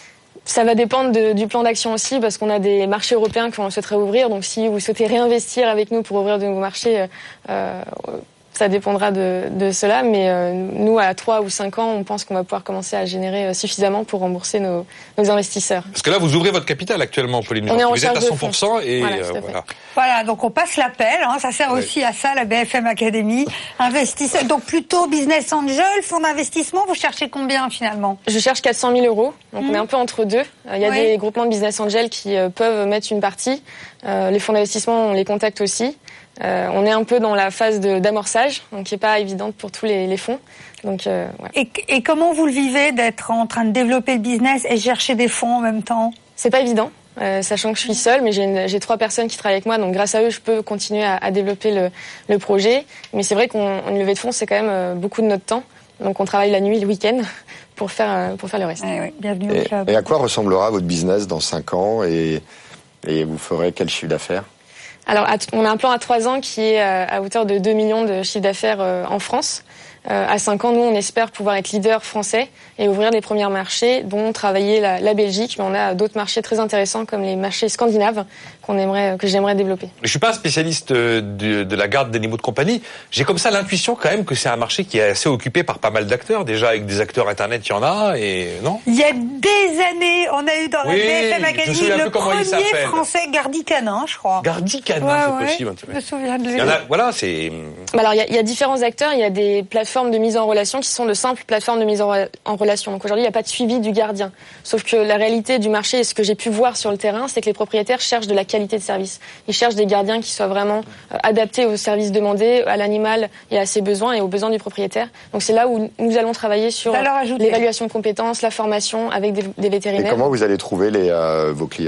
Ça va dépendre de, du plan d'action aussi, parce qu'on a des marchés européens qu'on souhaiterait ouvrir. Donc si vous souhaitez réinvestir avec nous pour ouvrir de nouveaux marchés, euh, ça dépendra de, de cela. Mais euh, nous, à trois ou cinq ans, on pense qu'on va pouvoir commencer à générer suffisamment pour rembourser nos, nos investisseurs. Parce que là, vous ouvrez votre capital actuellement, Pauline. On est en vous êtes à cent pour cent et voilà, euh, voilà. Voilà, donc on passe l'appel. Hein, ça sert aussi ouais. à ça, la B F M Academy. Investisseur. Donc plutôt business angel, fonds d'investissement. Vous cherchez combien finalement? Je cherche quatre cent mille euros. Donc mmh. on est un peu entre deux. Il y a oui. des groupements de business angel qui euh, peuvent mettre une partie. Euh, les fonds d'investissement, on les contacte aussi. Euh, on est un peu dans la phase de, d'amorçage, donc qui n'est pas évidente pour tous les, les fonds. Donc, euh, ouais. et, et comment vous le vivez d'être en train de développer le business et chercher des fonds en même temps? C'est pas évident, euh, sachant que je suis seule, mais j'ai, une, j'ai trois personnes qui travaillent avec moi, donc grâce à eux, je peux continuer à, à développer le, le projet. Mais c'est vrai qu'une levée de fonds, c'est quand même euh, beaucoup de notre temps. Donc on travaille la nuit, le week-end, pour faire, euh, pour faire le reste. Eh oui, bienvenue et, au club. Et à quoi ressemblera votre business dans cinq ans et, et vous ferez quel chiffre d'affaires? Alors, on a un plan à trois ans qui est à hauteur de deux millions de chiffre d'affaires en France. À cinq ans, nous, on espère pouvoir être leader français et ouvrir les premiers marchés, dont travailler la, la Belgique. Mais on a d'autres marchés très intéressants, comme les marchés scandinaves, qu'on aimerait, que j'aimerais développer. Je suis pas un spécialiste de, de la garde d'animaux de compagnie. J'ai comme ça l'intuition quand même que c'est un marché qui est assez occupé par pas mal d'acteurs. Déjà, avec des acteurs Internet, il y en a, et non? Il y a des années, on a eu dans la oui, B F M Academy le premier français Gardi Canin, je crois. Gardi Canin, ouais, c'est ouais, possible. Je me souviens de lui. Il y en a, voilà, c'est... Alors, il y, a, il y a différents acteurs. Il y a des plateformes de mise en relation qui sont de simples plateformes de mise en, en relation. Donc aujourd'hui, il n'y a pas de suivi du gardien. Sauf que la réalité du marché et ce que j'ai pu voir sur le terrain, c'est que les propriétaires cherchent de la qualité de service. Ils cherchent des gardiens qui soient vraiment euh, adaptés aux services demandés, à l'animal et à ses besoins et aux besoins du propriétaire. Donc c'est là où nous allons travailler sur l'évaluation de compétences, la formation avec des, des vétérinaires. Et comment vous allez trouver les, euh, vos clients ?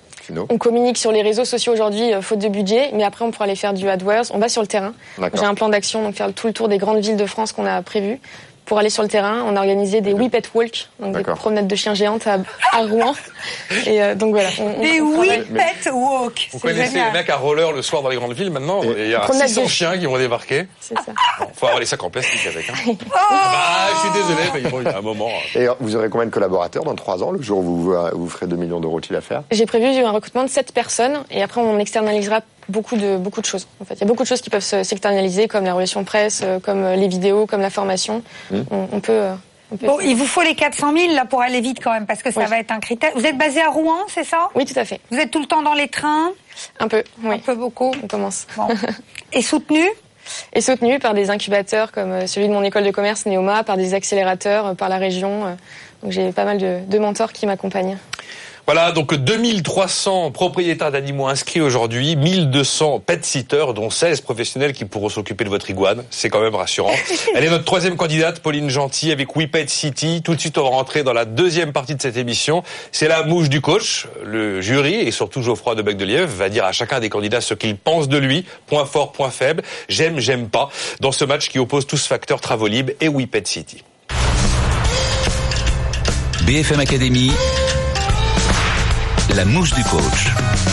On communique sur les réseaux sociaux aujourd'hui, euh, faute de budget, mais après on pourra aller faire du AdWords. On va sur le terrain. J'ai un plan d'action, donc faire tout le tour des grandes villes de France qu'on a prévu. Pour aller sur le terrain, on a organisé des We Pet Walk, donc des promenades de chiens géantes à, à Rouen. Et euh, donc voilà. On, des on We Pet Walk. Vous connaissez génial. Les mecs à roller le soir dans les grandes villes maintenant. Et il y a six cents chiens qui vont débarquer. C'est ça. Bon, faut avoir les sacs en plastique avec. Hein. Oh bah, je suis désolé, mais bon, il y a un moment. Et vous aurez combien de collaborateurs dans trois ans, le jour où vous, vous ferez deux millions d'euros de chiffre d'affaires ? J'ai prévu un recrutement de sept personnes et après on externalisera beaucoup de beaucoup de choses. En fait, il y a beaucoup de choses qui peuvent s'externaliser, comme la relation presse, comme les vidéos, comme la formation. Mmh. On, on peut. On peut bon, il vous faut les quatre cent mille là pour aller vite quand même, parce que ça oui. va être un critère. Vous êtes basé à Rouen, c'est ça? Oui, tout à fait. Vous êtes tout le temps dans les trains? Un peu, oui. Un peu beaucoup. On commence. Bon. Et soutenu? Et soutenu par des incubateurs comme celui de mon école de commerce Neoma, par des accélérateurs, par la région. Donc j'ai pas mal de, de mentors qui m'accompagnent. Voilà, donc deux mille trois cents propriétaires d'animaux inscrits aujourd'hui, mille deux cents pet-sitters, dont seize professionnels qui pourront s'occuper de votre iguane. C'est quand même rassurant. Elle est notre troisième candidate, Pauline Gentil, avec WePet City. Tout de suite, on va rentrer dans la deuxième partie de cette émission. C'est la mouche du coach. Le jury, et surtout Geoffroy de Becdelièvre, va dire à chacun des candidats ce qu'il pense de lui. Point fort, point faible. J'aime, j'aime pas. Dans ce match qui oppose Tous Facteurs, Travolib et WePet City. B F M Academy. La mouche du coach.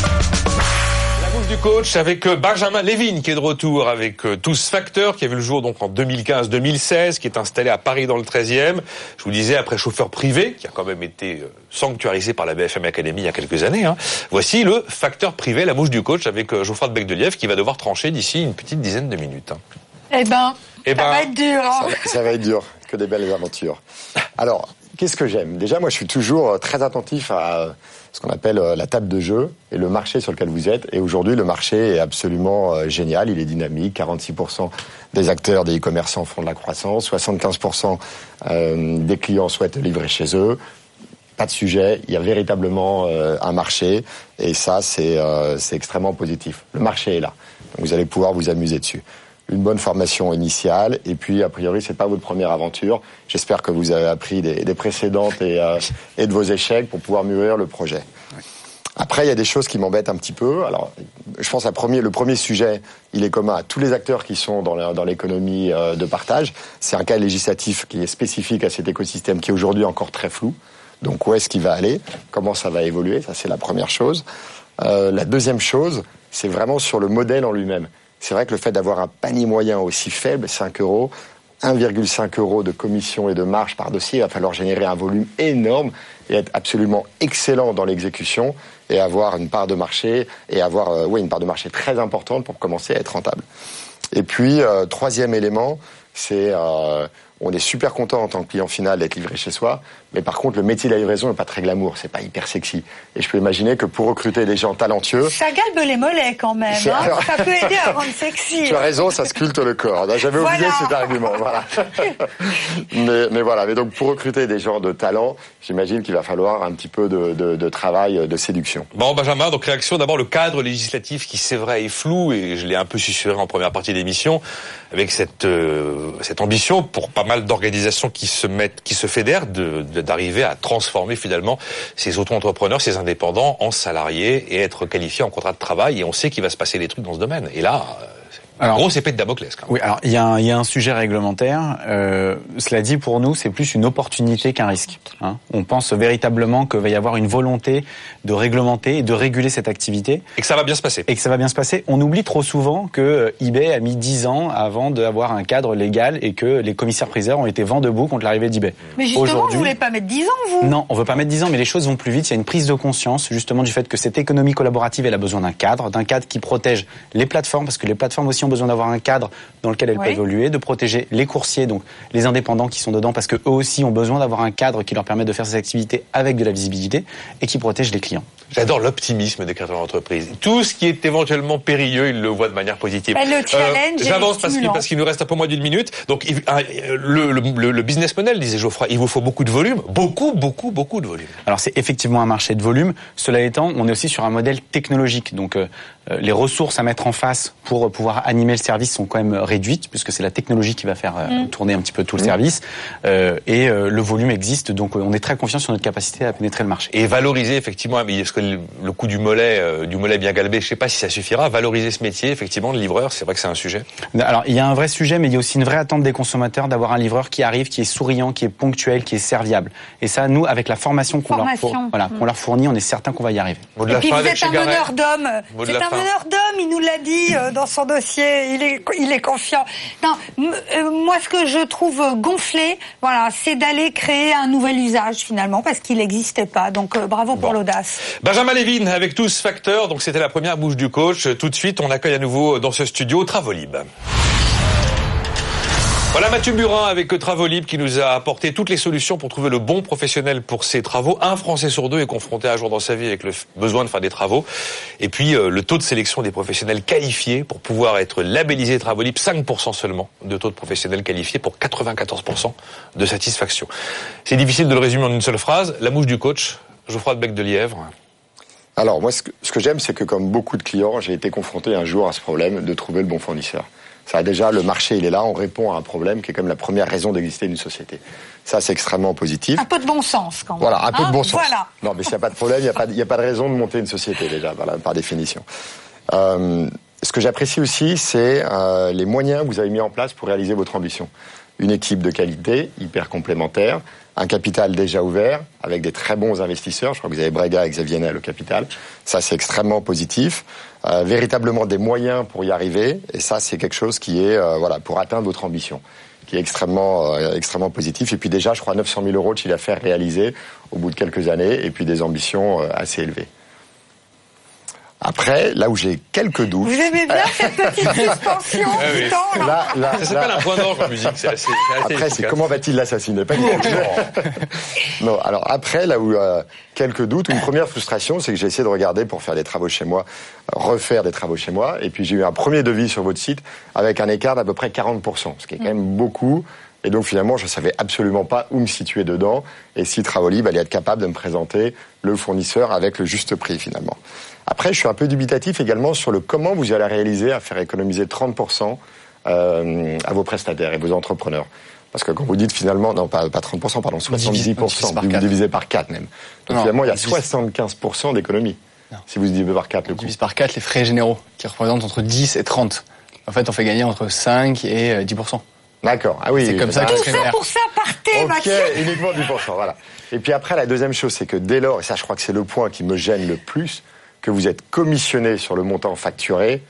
La mouche du coach avec Benjamin Lévin qui est de retour avec Tous Facteurs, qui a vu le jour donc en deux mille quinze deux mille seize, qui est installé à Paris dans le treizième. Je vous disais, après chauffeur privé, qui a quand même été sanctuarisé par la B F M Academy il y a quelques années, hein. Voici le facteur privé, la mouche du coach, avec Geoffroy de Becdelièvre, qui va devoir trancher d'ici une petite dizaine de minutes. Hein. Eh ben, eh ben, ça va être dur. Hein. Ça, ça va être dur, que des belles aventures. Alors, qu'est-ce que j'aime? Déjà, moi, je suis toujours très attentif à ce qu'on appelle la table de jeu et le marché sur lequel vous êtes. Et aujourd'hui, le marché est absolument génial, il est dynamique. quarante-six pour cent des acteurs, des e-commerçants font de la croissance. soixante-quinze pour cent des clients souhaitent livrer chez eux. Pas de sujet, il y a véritablement un marché. Et ça, c'est, c'est extrêmement positif. Le marché est là. Donc, vous allez pouvoir vous amuser dessus. Une bonne formation initiale, et puis a priori c'est pas votre première aventure. J'espère que vous avez appris des, des précédentes et, euh, et de vos échecs pour pouvoir mûrir le projet. Après, il y a des choses qui m'embêtent un petit peu. Alors, je pense à premier, le premier sujet, il est commun à tous les acteurs qui sont dans, la, dans l'économie euh, de partage. C'est un cas législatif qui est spécifique à cet écosystème qui est aujourd'hui encore très flou. Donc où est-ce qu'il va aller? Comment ça va évoluer? Ça, c'est la première chose. Euh, la deuxième chose, c'est vraiment sur le modèle en lui-même. C'est vrai que le fait d'avoir un panier moyen aussi faible, cinq euros, un virgule cinq euros de commission et de marge par dossier, il va falloir générer un volume énorme et être absolument excellent dans l'exécution et avoir une part de marché et avoir euh, ouais, une part de marché très importante pour commencer à être rentable. Et puis, euh, troisième élément, c'est euh, on est super content en tant que client final d'être livré chez soi, mais par contre, le métier de la livraison n'est pas très glamour, c'est pas hyper sexy. Et je peux imaginer que pour recruter des gens talentueux... Ça galbe les mollets quand même, hein. Alors... ça peut aider à rendre sexy. Tu as raison, ça sculpte le corps. J'avais voilà. oublié cet argument, voilà. mais, mais voilà, mais donc pour recruter des gens de talent, j'imagine qu'il va falloir un petit peu de, de, de travail de séduction. Bon, Benjamin, donc réaction, d'abord le cadre législatif qui c'est vrai est flou, et je l'ai un peu susurré en première partie de l'émission, avec cette, euh, cette ambition pour pas mal d'organisations qui se mettent, qui se fédèrent, de, de, d'arriver à transformer finalement ces auto-entrepreneurs, ces indépendants en salariés et être qualifiés en contrat de travail. Et on sait qu'il va se passer des trucs dans ce domaine. Et là, alors, grosse épée de Damoclès. Quand même. Oui, alors il y a un, il y a un sujet réglementaire. Euh, cela dit, pour nous, c'est plus une opportunité qu'un risque. Hein. On pense véritablement qu'il va y avoir une volonté de réglementer et de réguler cette activité. Et que ça va bien se passer. Et que ça va bien se passer. On oublie trop souvent que eBay a mis dix ans avant d'avoir un cadre légal et que les commissaires-priseurs ont été vent debout contre l'arrivée d'eBay. Mais justement, aujourd'hui, vous voulez pas mettre dix ans, vous? Non, on veut pas mettre dix ans, mais les choses vont plus vite. Il y a une prise de conscience, justement, du fait que cette économie collaborative, elle a besoin d'un cadre, d'un cadre qui protège les plateformes, parce que les plateformes aussi ont besoin d'avoir un cadre dans lequel elles oui. peuvent évoluer, de protéger les coursiers, donc les indépendants qui sont dedans, parce que eux aussi ont besoin d'avoir un cadre qui leur permet de faire ces activités avec de la visibilité et qui protège les clients. J'adore l'optimisme des créateurs d'entreprise. Tout ce qui est éventuellement périlleux, ils le voient de manière positive. Ben, le challenge, euh, j'avance parce qu'il, parce qu'il nous reste un peu moins d'une minute. Donc, il, le, le, le business model, disait Geoffroy, il vous faut beaucoup de volume, beaucoup, beaucoup, beaucoup de volume. Alors, c'est effectivement un marché de volume. Cela étant, on est aussi sur un modèle technologique. Donc, euh, les ressources à mettre en face pour pouvoir animer le service sont quand même réduites, puisque c'est la technologie qui va faire euh, mmh. tourner un petit peu tout le mmh. service. Euh, et euh, le volume existe, donc on est très confiant sur notre capacité à pénétrer le marché. Et valoriser effectivement, parce que le, le coup du mollet, euh, du mollet bien galbé, je sais pas si ça suffira. Valoriser ce métier, effectivement, le livreur, c'est vrai que c'est un sujet. Alors il y a un vrai sujet, mais il y a aussi une vraie attente des consommateurs d'avoir un livreur qui arrive, qui est souriant, qui est ponctuel, qui est serviable. Et ça, nous, avec la formation qu'on, formation. Leur, fournit, voilà, mmh. qu'on leur fournit, on est certain qu'on va y arriver. Et puis vous êtes un meneur d'hommes. C'est un entrepreneur d'homme, il nous l'a dit euh, dans son dossier, il est, il est confiant. Non, m- euh, moi ce que je trouve gonflé, voilà, c'est d'aller créer un nouvel usage finalement, parce qu'il n'existait pas. Donc euh, bravo bon. pour l'audace. Benjamin Lévin avec Tous Facteurs, donc c'était la première bouche du coach. Tout de suite, on accueille à nouveau dans ce studio Travolib. Voilà Mathieu Burin avec Travolib qui nous a apporté toutes les solutions pour trouver le bon professionnel pour ses travaux. Un Français sur deux est confronté un jour dans sa vie avec le besoin de faire des travaux. Et puis euh, le taux de sélection des professionnels qualifiés pour pouvoir être labellisé Travolib, cinq pour cent seulement de taux de professionnels qualifiés pour quatre-vingt-quatorze pour cent de satisfaction. C'est difficile de le résumer en une seule phrase. La mouche du coach, Geoffroy de Bec de Lièvre. Alors moi ce que, ce que j'aime, c'est que comme beaucoup de clients, j'ai été confronté un jour à ce problème de trouver le bon fournisseur. Ça, déjà, le marché, il est là, on répond à un problème qui est comme la première raison d'exister d'une société. Ça, c'est extrêmement positif. Un peu de bon sens, quand même. Voilà, un peu hein de bon sens. Voilà. Non, mais s'il n'y a pas de problème, il n'y a pas, il n'y a pas de raison de monter une société, déjà, voilà, par définition. Euh, ce que j'apprécie aussi, c'est euh, les moyens que vous avez mis en place pour réaliser votre ambition. Une équipe de qualité, hyper complémentaire, un capital déjà ouvert, avec des très bons investisseurs. Je crois que vous avez Brega et Xavier Niel au capital. Ça, c'est extrêmement positif. Euh, véritablement des moyens pour y arriver. Et ça, c'est quelque chose qui est, euh, voilà, pour atteindre votre ambition, qui est extrêmement, euh, extrêmement positif. Et puis déjà, je crois, neuf cent mille euros de chiffre d'affaires réalisé au bout de quelques années, et puis des ambitions euh, assez élevées. Après, là où j'ai quelques doutes... Vous aimez bien cette petite suspension ah oui. du temps, là, là, là Ça s'appelle un point d'orge en musique. C'est assez, c'est assez après, c'est comment va-t-il l'assassiner? Pas non, alors après, là où euh, quelques doutes, une première frustration, c'est que j'ai essayé de regarder pour faire des travaux chez moi, refaire des travaux chez moi, et puis j'ai eu un premier devis sur votre site avec un écart d'à peu près quarante pour cent, ce qui est quand même beaucoup. Et donc finalement, je ne savais absolument pas où me situer dedans et si Travolib allait être capable de me présenter le fournisseur avec le juste prix finalement. Après, je suis un peu dubitatif également sur le comment vous allez réaliser à faire économiser trente pour cent euh, à vos prestataires et vos entrepreneurs. Parce que quand vous dites finalement, non pas, pas trente pour cent, pardon, soixante-dix pour cent, vous divisez par quatre même. Donc non, finalement, il y a soixante-quinze pour cent d'économie. Non. Si vous divisez par quatre le coût. On divise par quatre les frais généraux, qui représentent entre dix et trente. En fait, on fait gagner entre cinq et dix pour cent. D'accord. Ah oui. C'est comme ça tout que ça pour ça, partez, Mathieu. Ok, uniquement dix pour cent, voilà. Et puis après, la deuxième chose, c'est que dès lors, et ça je crois que c'est le point qui me gêne le plus, que vous êtes commissionné sur le montant facturé,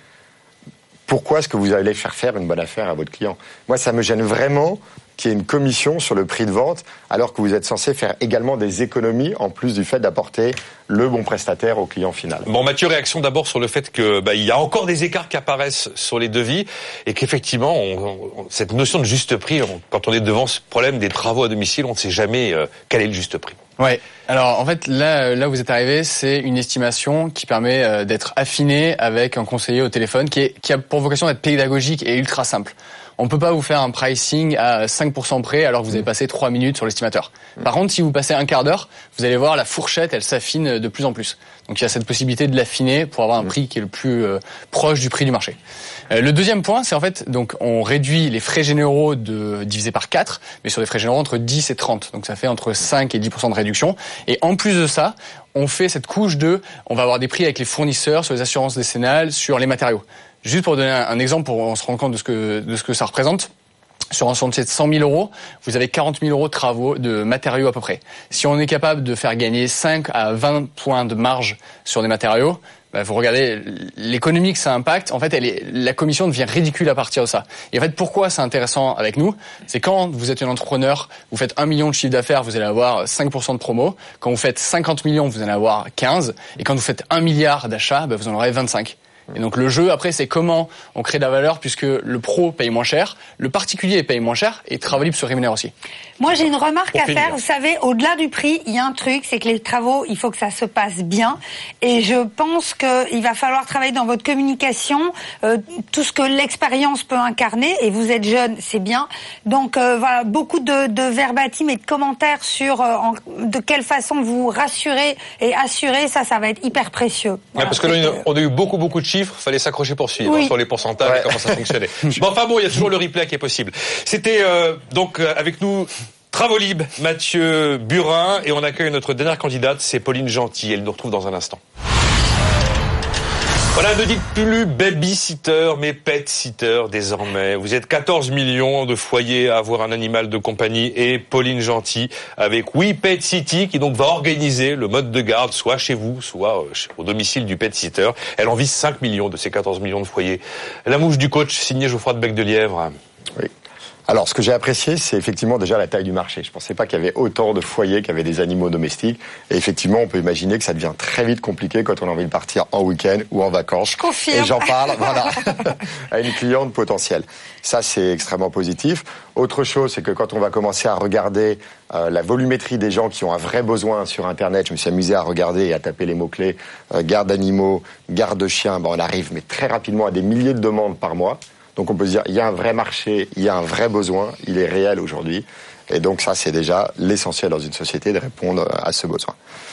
pourquoi est-ce que vous allez faire faire une bonne affaire à votre client? Moi, ça me gêne vraiment qu'il y ait une commission sur le prix de vente, alors que vous êtes censé faire également des économies, en plus du fait d'apporter le bon prestataire au client final. Bon, Mathieu, réaction d'abord sur le fait que bah, il y a encore des écarts qui apparaissent sur les devis, et qu'effectivement, on, on, cette notion de juste prix, on, quand on est devant ce problème des travaux à domicile, on ne sait jamais euh, quel est le juste prix. Ouais. Alors en fait là là où vous êtes arrivé, c'est une estimation qui permet euh, d'être affinée avec un conseiller au téléphone qui est qui a pour vocation d'être pédagogique et ultra simple. On peut pas vous faire un pricing à cinq pour cent près alors que vous avez passé trois minutes sur l'estimateur. Par contre, si vous passez un quart d'heure, vous allez voir la fourchette, elle s'affine de plus en plus. Donc il y a cette possibilité de l'affiner pour avoir un prix qui est le plus euh, proche du prix du marché. Euh, le deuxième point, c'est en fait donc on réduit les frais généraux de divisé par quatre, mais sur des frais généraux entre dix et trente. Donc ça fait entre cinq et dix pour cent de réduction. Et en plus de ça, on fait cette couche de, on va avoir des prix avec les fournisseurs sur les assurances décennales, sur les matériaux. Juste pour donner un exemple, pour on se rendre compte de ce que de ce que ça représente. Sur un chantier de cent mille euros, vous avez quarante mille euros de travaux, de matériaux à peu près. Si on est capable de faire gagner cinq à vingt points de marge sur des matériaux, bah, vous regardez l'économie que ça impacte. En fait, elle est, la commission devient ridicule à partir de ça. Et en fait, pourquoi c'est intéressant avec nous? C'est quand vous êtes un entrepreneur, vous faites un million de chiffre d'affaires, vous allez avoir cinq pour cent de promo. Quand vous faites cinquante millions, vous allez avoir quinze. Et quand vous faites un milliard d'achats, bah, vous en aurez vingt-cinq. Et donc le jeu, après, c'est comment on crée de la valeur puisque le pro paye moins cher, le particulier paye moins cher et Travolib se rémunère aussi. Moi, j'ai une remarque Pour à finir. faire. Vous savez, au-delà du prix, il y a un truc, c'est que les travaux, il faut que ça se passe bien. Et je pense qu'il va falloir travailler dans votre communication euh, tout ce que l'expérience peut incarner. Et vous êtes jeune, c'est bien. Donc euh, voilà, beaucoup de, de verbatim et de commentaires sur euh, en, de quelle façon vous rassurez et assurez. Ça, ça va être hyper précieux. Voilà, ouais, parce que là, on a eu beaucoup, beaucoup de chiffres. Fallait s'accrocher pour suivre oui. hein, sur les pourcentages Ouais. et comment ça fonctionnait. Bon, enfin bon, il y a toujours le replay qui est possible. C'était euh, donc euh, avec nous Travolib, Mathieu Burin, et on accueille notre dernière candidate, c'est Pauline Gentil. Elle nous retrouve dans un instant. Voilà, ne dites plus baby-sitter, mais pet-sitter désormais. Vous êtes quatorze millions de foyers à avoir un animal de compagnie et Pauline Gentil avec We Pet City qui donc va organiser le mode de garde soit chez vous, soit au domicile du pet-sitter. Elle en vise cinq millions de ces quatorze millions de foyers. La mouche du coach, signé Geoffroy de Bec-de-Lièvre. Oui. Alors, ce que j'ai apprécié, c'est effectivement déjà la taille du marché. Je pensais pas qu'il y avait autant de foyers qui avaient des animaux domestiques. Et effectivement, on peut imaginer que ça devient très vite compliqué quand on a envie de partir en week-end ou en vacances. Je confirme. Et j'en parle, voilà, à une cliente potentielle. Ça, c'est extrêmement positif. Autre chose, c'est que quand on va commencer à regarder euh, la volumétrie des gens qui ont un vrai besoin sur Internet, je me suis amusé à regarder et à taper les mots-clés euh, garde d'animaux, garde de chiens. Ben, on arrive, mais très rapidement, à des milliers de demandes par mois. Donc on peut se dire, il y a un vrai marché, il y a un vrai besoin, il est réel aujourd'hui. Et donc ça, c'est déjà l'essentiel dans une société de répondre à ce besoin.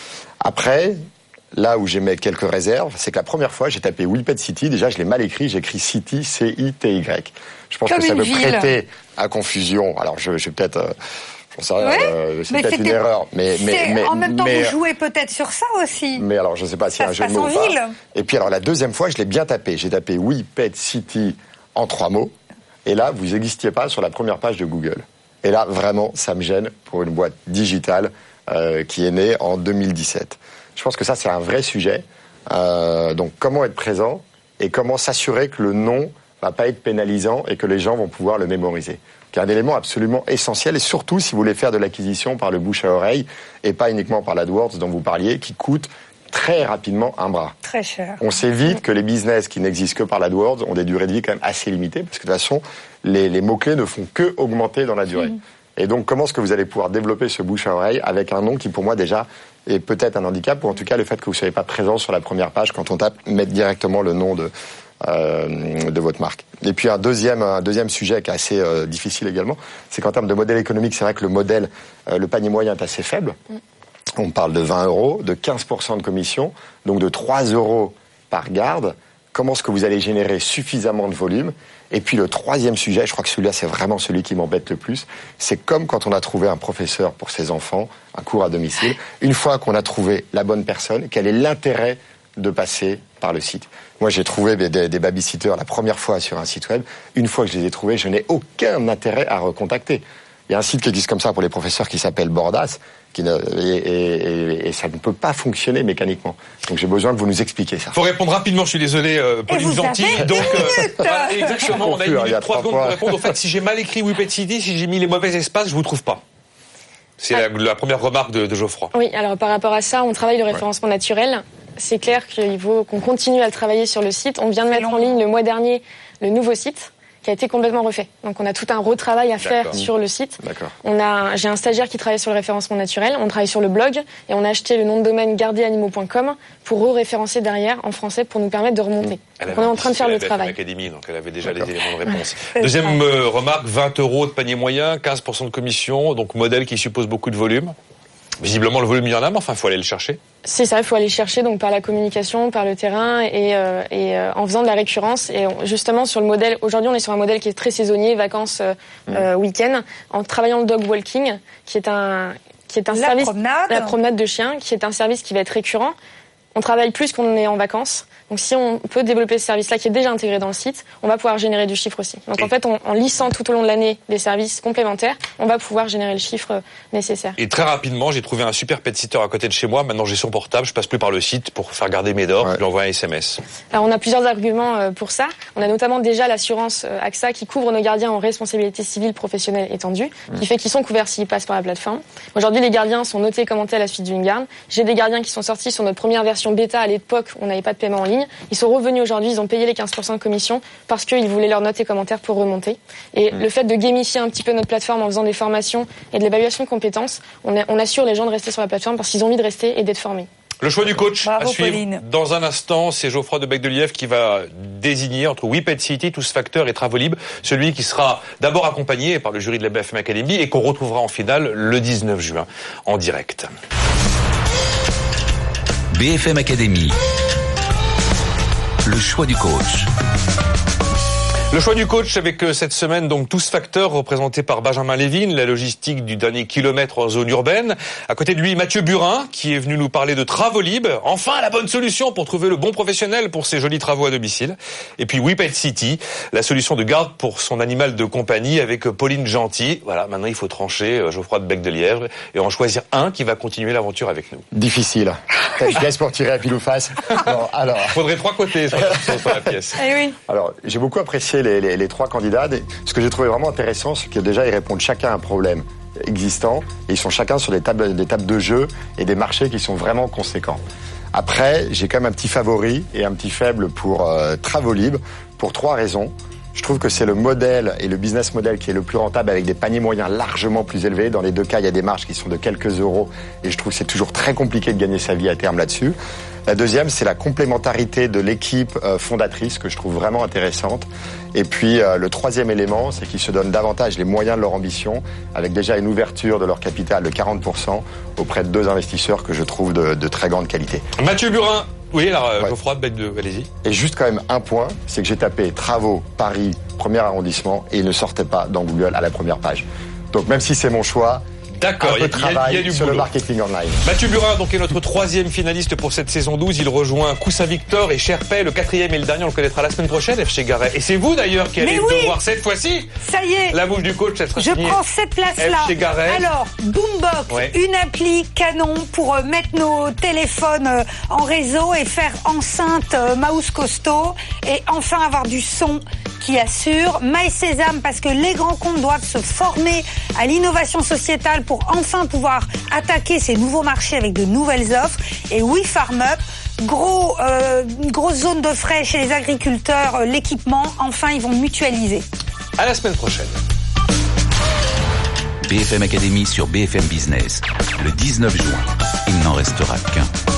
Après, là où j'émets quelques réserves, c'est que la première fois, j'ai tapé We Pet City. Déjà, je l'ai mal écrit, j'ai écrit City, C I T Y. Je pense Comme que ça peut ville. prêter à confusion. Alors, je, je vais peut-être... Euh, j'en sais rien, Ouais, euh, c'est mais peut-être une c'était- erreur. Mais, mais, mais, en même temps, mais, vous jouez peut-être sur ça aussi. mais alors, je ne sais pas si Ça un se jeu de passe mots en ou pas. ville. Et puis, alors, la deuxième fois, je l'ai bien tapé. J'ai tapé We Pet City en trois mots. Et là, vous n'existiez pas sur la première page de Google. Et là, vraiment, ça me gêne pour une boîte digitale euh, qui est née en deux mille dix-sept. Je pense que ça, c'est un vrai sujet. Euh, donc, comment être présent et comment s'assurer que le nom va pas être pénalisant et que les gens vont pouvoir le mémoriser. C'est un élément absolument essentiel, et surtout si vous voulez faire de l'acquisition par le bouche à oreille et pas uniquement par l'AdWords dont vous parliez, qui coûte très rapidement un bras. Très cher. On sait vite que les business qui n'existent que par l'AdWords ont des durées de vie quand même assez limitées, parce que de toute façon, les, les mots-clés ne font que augmenter dans la durée. Mmh. Et donc, comment est-ce que vous allez pouvoir développer ce bouche à oreille avec un nom qui, pour moi, déjà, est peut-être un handicap, ou en tout cas, le fait que vous ne soyez pas présent sur la première page, quand on tape, mettre directement le nom de, euh, de votre marque. Et puis, un deuxième, un deuxième sujet qui est assez euh, difficile également, c'est qu'en termes de modèle économique, c'est vrai que le modèle, euh, le panier moyen est assez faible. Mmh. On parle de vingt euros, de quinze pour cent de commission, donc de trois euros par garde. Comment est-ce que vous allez générer suffisamment de volume? Et puis le troisième sujet, je crois que celui-là, c'est vraiment celui qui m'embête le plus, c'est comme quand on a trouvé un professeur pour ses enfants, un cours à domicile, une fois qu'on a trouvé la bonne personne, quel est l'intérêt de passer par le site? Moi, j'ai trouvé des, des, des babysitters la première fois sur un site web. Une fois que je les ai trouvés, je n'ai aucun intérêt à recontacter. Il y a un site qui existe comme ça pour les professeurs qui s'appelle Bordas, qui ne, et, et, et ça ne peut pas fonctionner mécaniquement. Donc j'ai besoin que vous nous expliquiez ça. Faut répondre rapidement, je suis désolé, euh, Pauline Gentil. Donc, euh, voilà, exactement, on a une minute, trois secondes pour répondre. Au fait, si j'ai mal écrit We Pet City, si j'ai mis les mauvais espaces, je vous trouve pas. C'est ah. la, la première remarque de, de Geoffroy. Oui, alors par rapport à ça, on travaille le référencement ouais. naturel. C'est clair qu'il faut qu'on continue à le travailler sur le site. On vient de mettre en ligne le mois dernier le nouveau site, qui a été complètement refait. Donc on a tout un retravail à faire D'accord. sur le site. D'accord. On a, j'ai un stagiaire qui travaille sur le référencement naturel, on travaille sur le blog et on a acheté le nom de domaine garder animaux point com pour re-référencer derrière en français pour nous permettre de remonter. Elle donc on est en train de faire le travail. Académie, donc elle avait déjà D'accord. les éléments de réponse. Ouais. Deuxième euh, remarque, vingt euros de panier moyen, quinze pour cent de commission, donc modèle qui suppose beaucoup de volume. Visiblement, le volume, il y en a, mais enfin, il faut aller le chercher. C'est ça, il faut aller chercher donc par la communication, par le terrain et, euh, et euh, en faisant de la récurrence. Et on, justement, sur le modèle, aujourd'hui, on est sur un modèle qui est très saisonnier, vacances, euh, mmh. euh, week-end, en travaillant le dog walking, qui est un, qui est un la service, promenade. la promenade de chien, qui est un service qui va être récurrent. On travaille plus qu'on est en vacances. Donc si on peut développer ce service-là qui est déjà intégré dans le site, on va pouvoir générer du chiffre aussi. Donc et en fait, on, en lissant tout au long de l'année des services complémentaires, on va pouvoir générer le chiffre nécessaire. Et très rapidement, j'ai trouvé un super pet-sitter à côté de chez moi. Maintenant, j'ai son portable, je passe plus par le site pour faire garder mes dogs, ouais. je lui envoie un S M S. Alors on a plusieurs arguments pour ça. On a notamment déjà l'assurance A X A qui couvre nos gardiens en responsabilité civile professionnelle étendue, mmh. qui fait qu'ils sont couverts s'ils passent par la plateforme. Aujourd'hui, les gardiens sont notés et commentés à la suite d'une garde. J'ai des gardiens qui sont sortis sur notre première version bêta à l'époque où on n'avait pas de paiement en ligne. Ils sont revenus aujourd'hui, ils ont payé les quinze pour cent de commission parce qu'ils voulaient leurs notes et commentaires pour remonter. Et mmh. le fait de gamifier un petit peu notre plateforme en faisant des formations et de l'évaluation de compétences, on, a, on assure les gens de rester sur la plateforme parce qu'ils ont envie de rester et d'être formés. Le choix du coach Bravo, à suivre Pauline. Dans un instant, c'est Geoffroy de Bec-de-Lièvre qui va désigner entre We Pet City, Tous Facteurs et Travolib, celui qui sera d'abord accompagné par le jury de la B F M Academy et qu'on retrouvera en finale le dix-neuf juin en direct. B F M Academy. Le choix du coach. Le choix du coach avec cette semaine, donc tous facteurs représentés par Benjamin Lévin, la logistique du dernier kilomètre en zone urbaine. À côté de lui, Mathieu Burin, qui est venu nous parler de Travolib. Enfin, la bonne solution pour trouver le bon professionnel pour ses jolis travaux à domicile. Et puis WePet City, la solution de garde pour son animal de compagnie avec Pauline Gentil. Voilà, maintenant il faut trancher, Geoffroy de Bec de Lièvre, et en choisir un qui va continuer l'aventure avec nous. Difficile. T'as une pièce pour tirer à pile ou face. Bon, alors. Faudrait trois côtés sur, sur la pièce. Eh oui. Alors, j'ai beaucoup apprécié les, les, les trois candidats. Ce que j'ai trouvé vraiment intéressant, c'est que déjà, ils répondent chacun à un problème existant. Et ils sont chacun sur des tables, des tables de jeu et des marchés qui sont vraiment conséquents. Après, j'ai quand même un petit favori et un petit faible pour euh, Travolib, pour trois raisons. Je trouve que c'est le modèle et le business model qui est le plus rentable avec des paniers moyens largement plus élevés. Dans les deux cas, il y a des marges qui sont de quelques euros et je trouve que c'est toujours très compliqué de gagner sa vie à terme là-dessus. La deuxième, c'est la complémentarité de l'équipe euh, fondatrice que je trouve vraiment intéressante. Et puis euh, le troisième élément, c'est qu'ils se donnent davantage les moyens de leur ambition avec déjà une ouverture de leur capital de quarante pour cent auprès de deux investisseurs que je trouve de, de très grande qualité. Mathieu Burin. Oui, alors, ouais. Geoffroy, bête de, allez-y. Et juste quand même un point, c'est que j'ai tapé travaux, Paris, premier arrondissement, et il ne sortait pas dans Google à la première page. Donc même si c'est mon choix, D'accord, un peu de travail y a, y a du sur boulot. Le marketing online. Mathieu Burin, donc, est notre troisième finaliste pour cette saison douze. Il rejoint Cousin-Victor et Cherpay, le quatrième et le dernier. On le connaîtra la semaine prochaine, F chez Garret. Et c'est vous d'ailleurs qui allez oui, devoir cette fois-ci. Ça y est. La bouche du coach, elle sera Je signée prends cette place-là. F chez Garret. Alors, Boombox, ouais. une appli canon pour euh, mettre nos téléphones euh, en réseau et faire enceinte euh, mouse costaud et enfin avoir du son qui assure. MySésame, parce que les grands comptes doivent se former à l'innovation sociétale pour enfin pouvoir attaquer ces nouveaux marchés avec de nouvelles offres. Et WeFarmUp, gros, euh, grosse zone de frais chez les agriculteurs, euh, l'équipement, enfin ils vont mutualiser. À la semaine prochaine. B F M Academy sur B F M Business. Le dix-neuf juin, il n'en restera qu'un.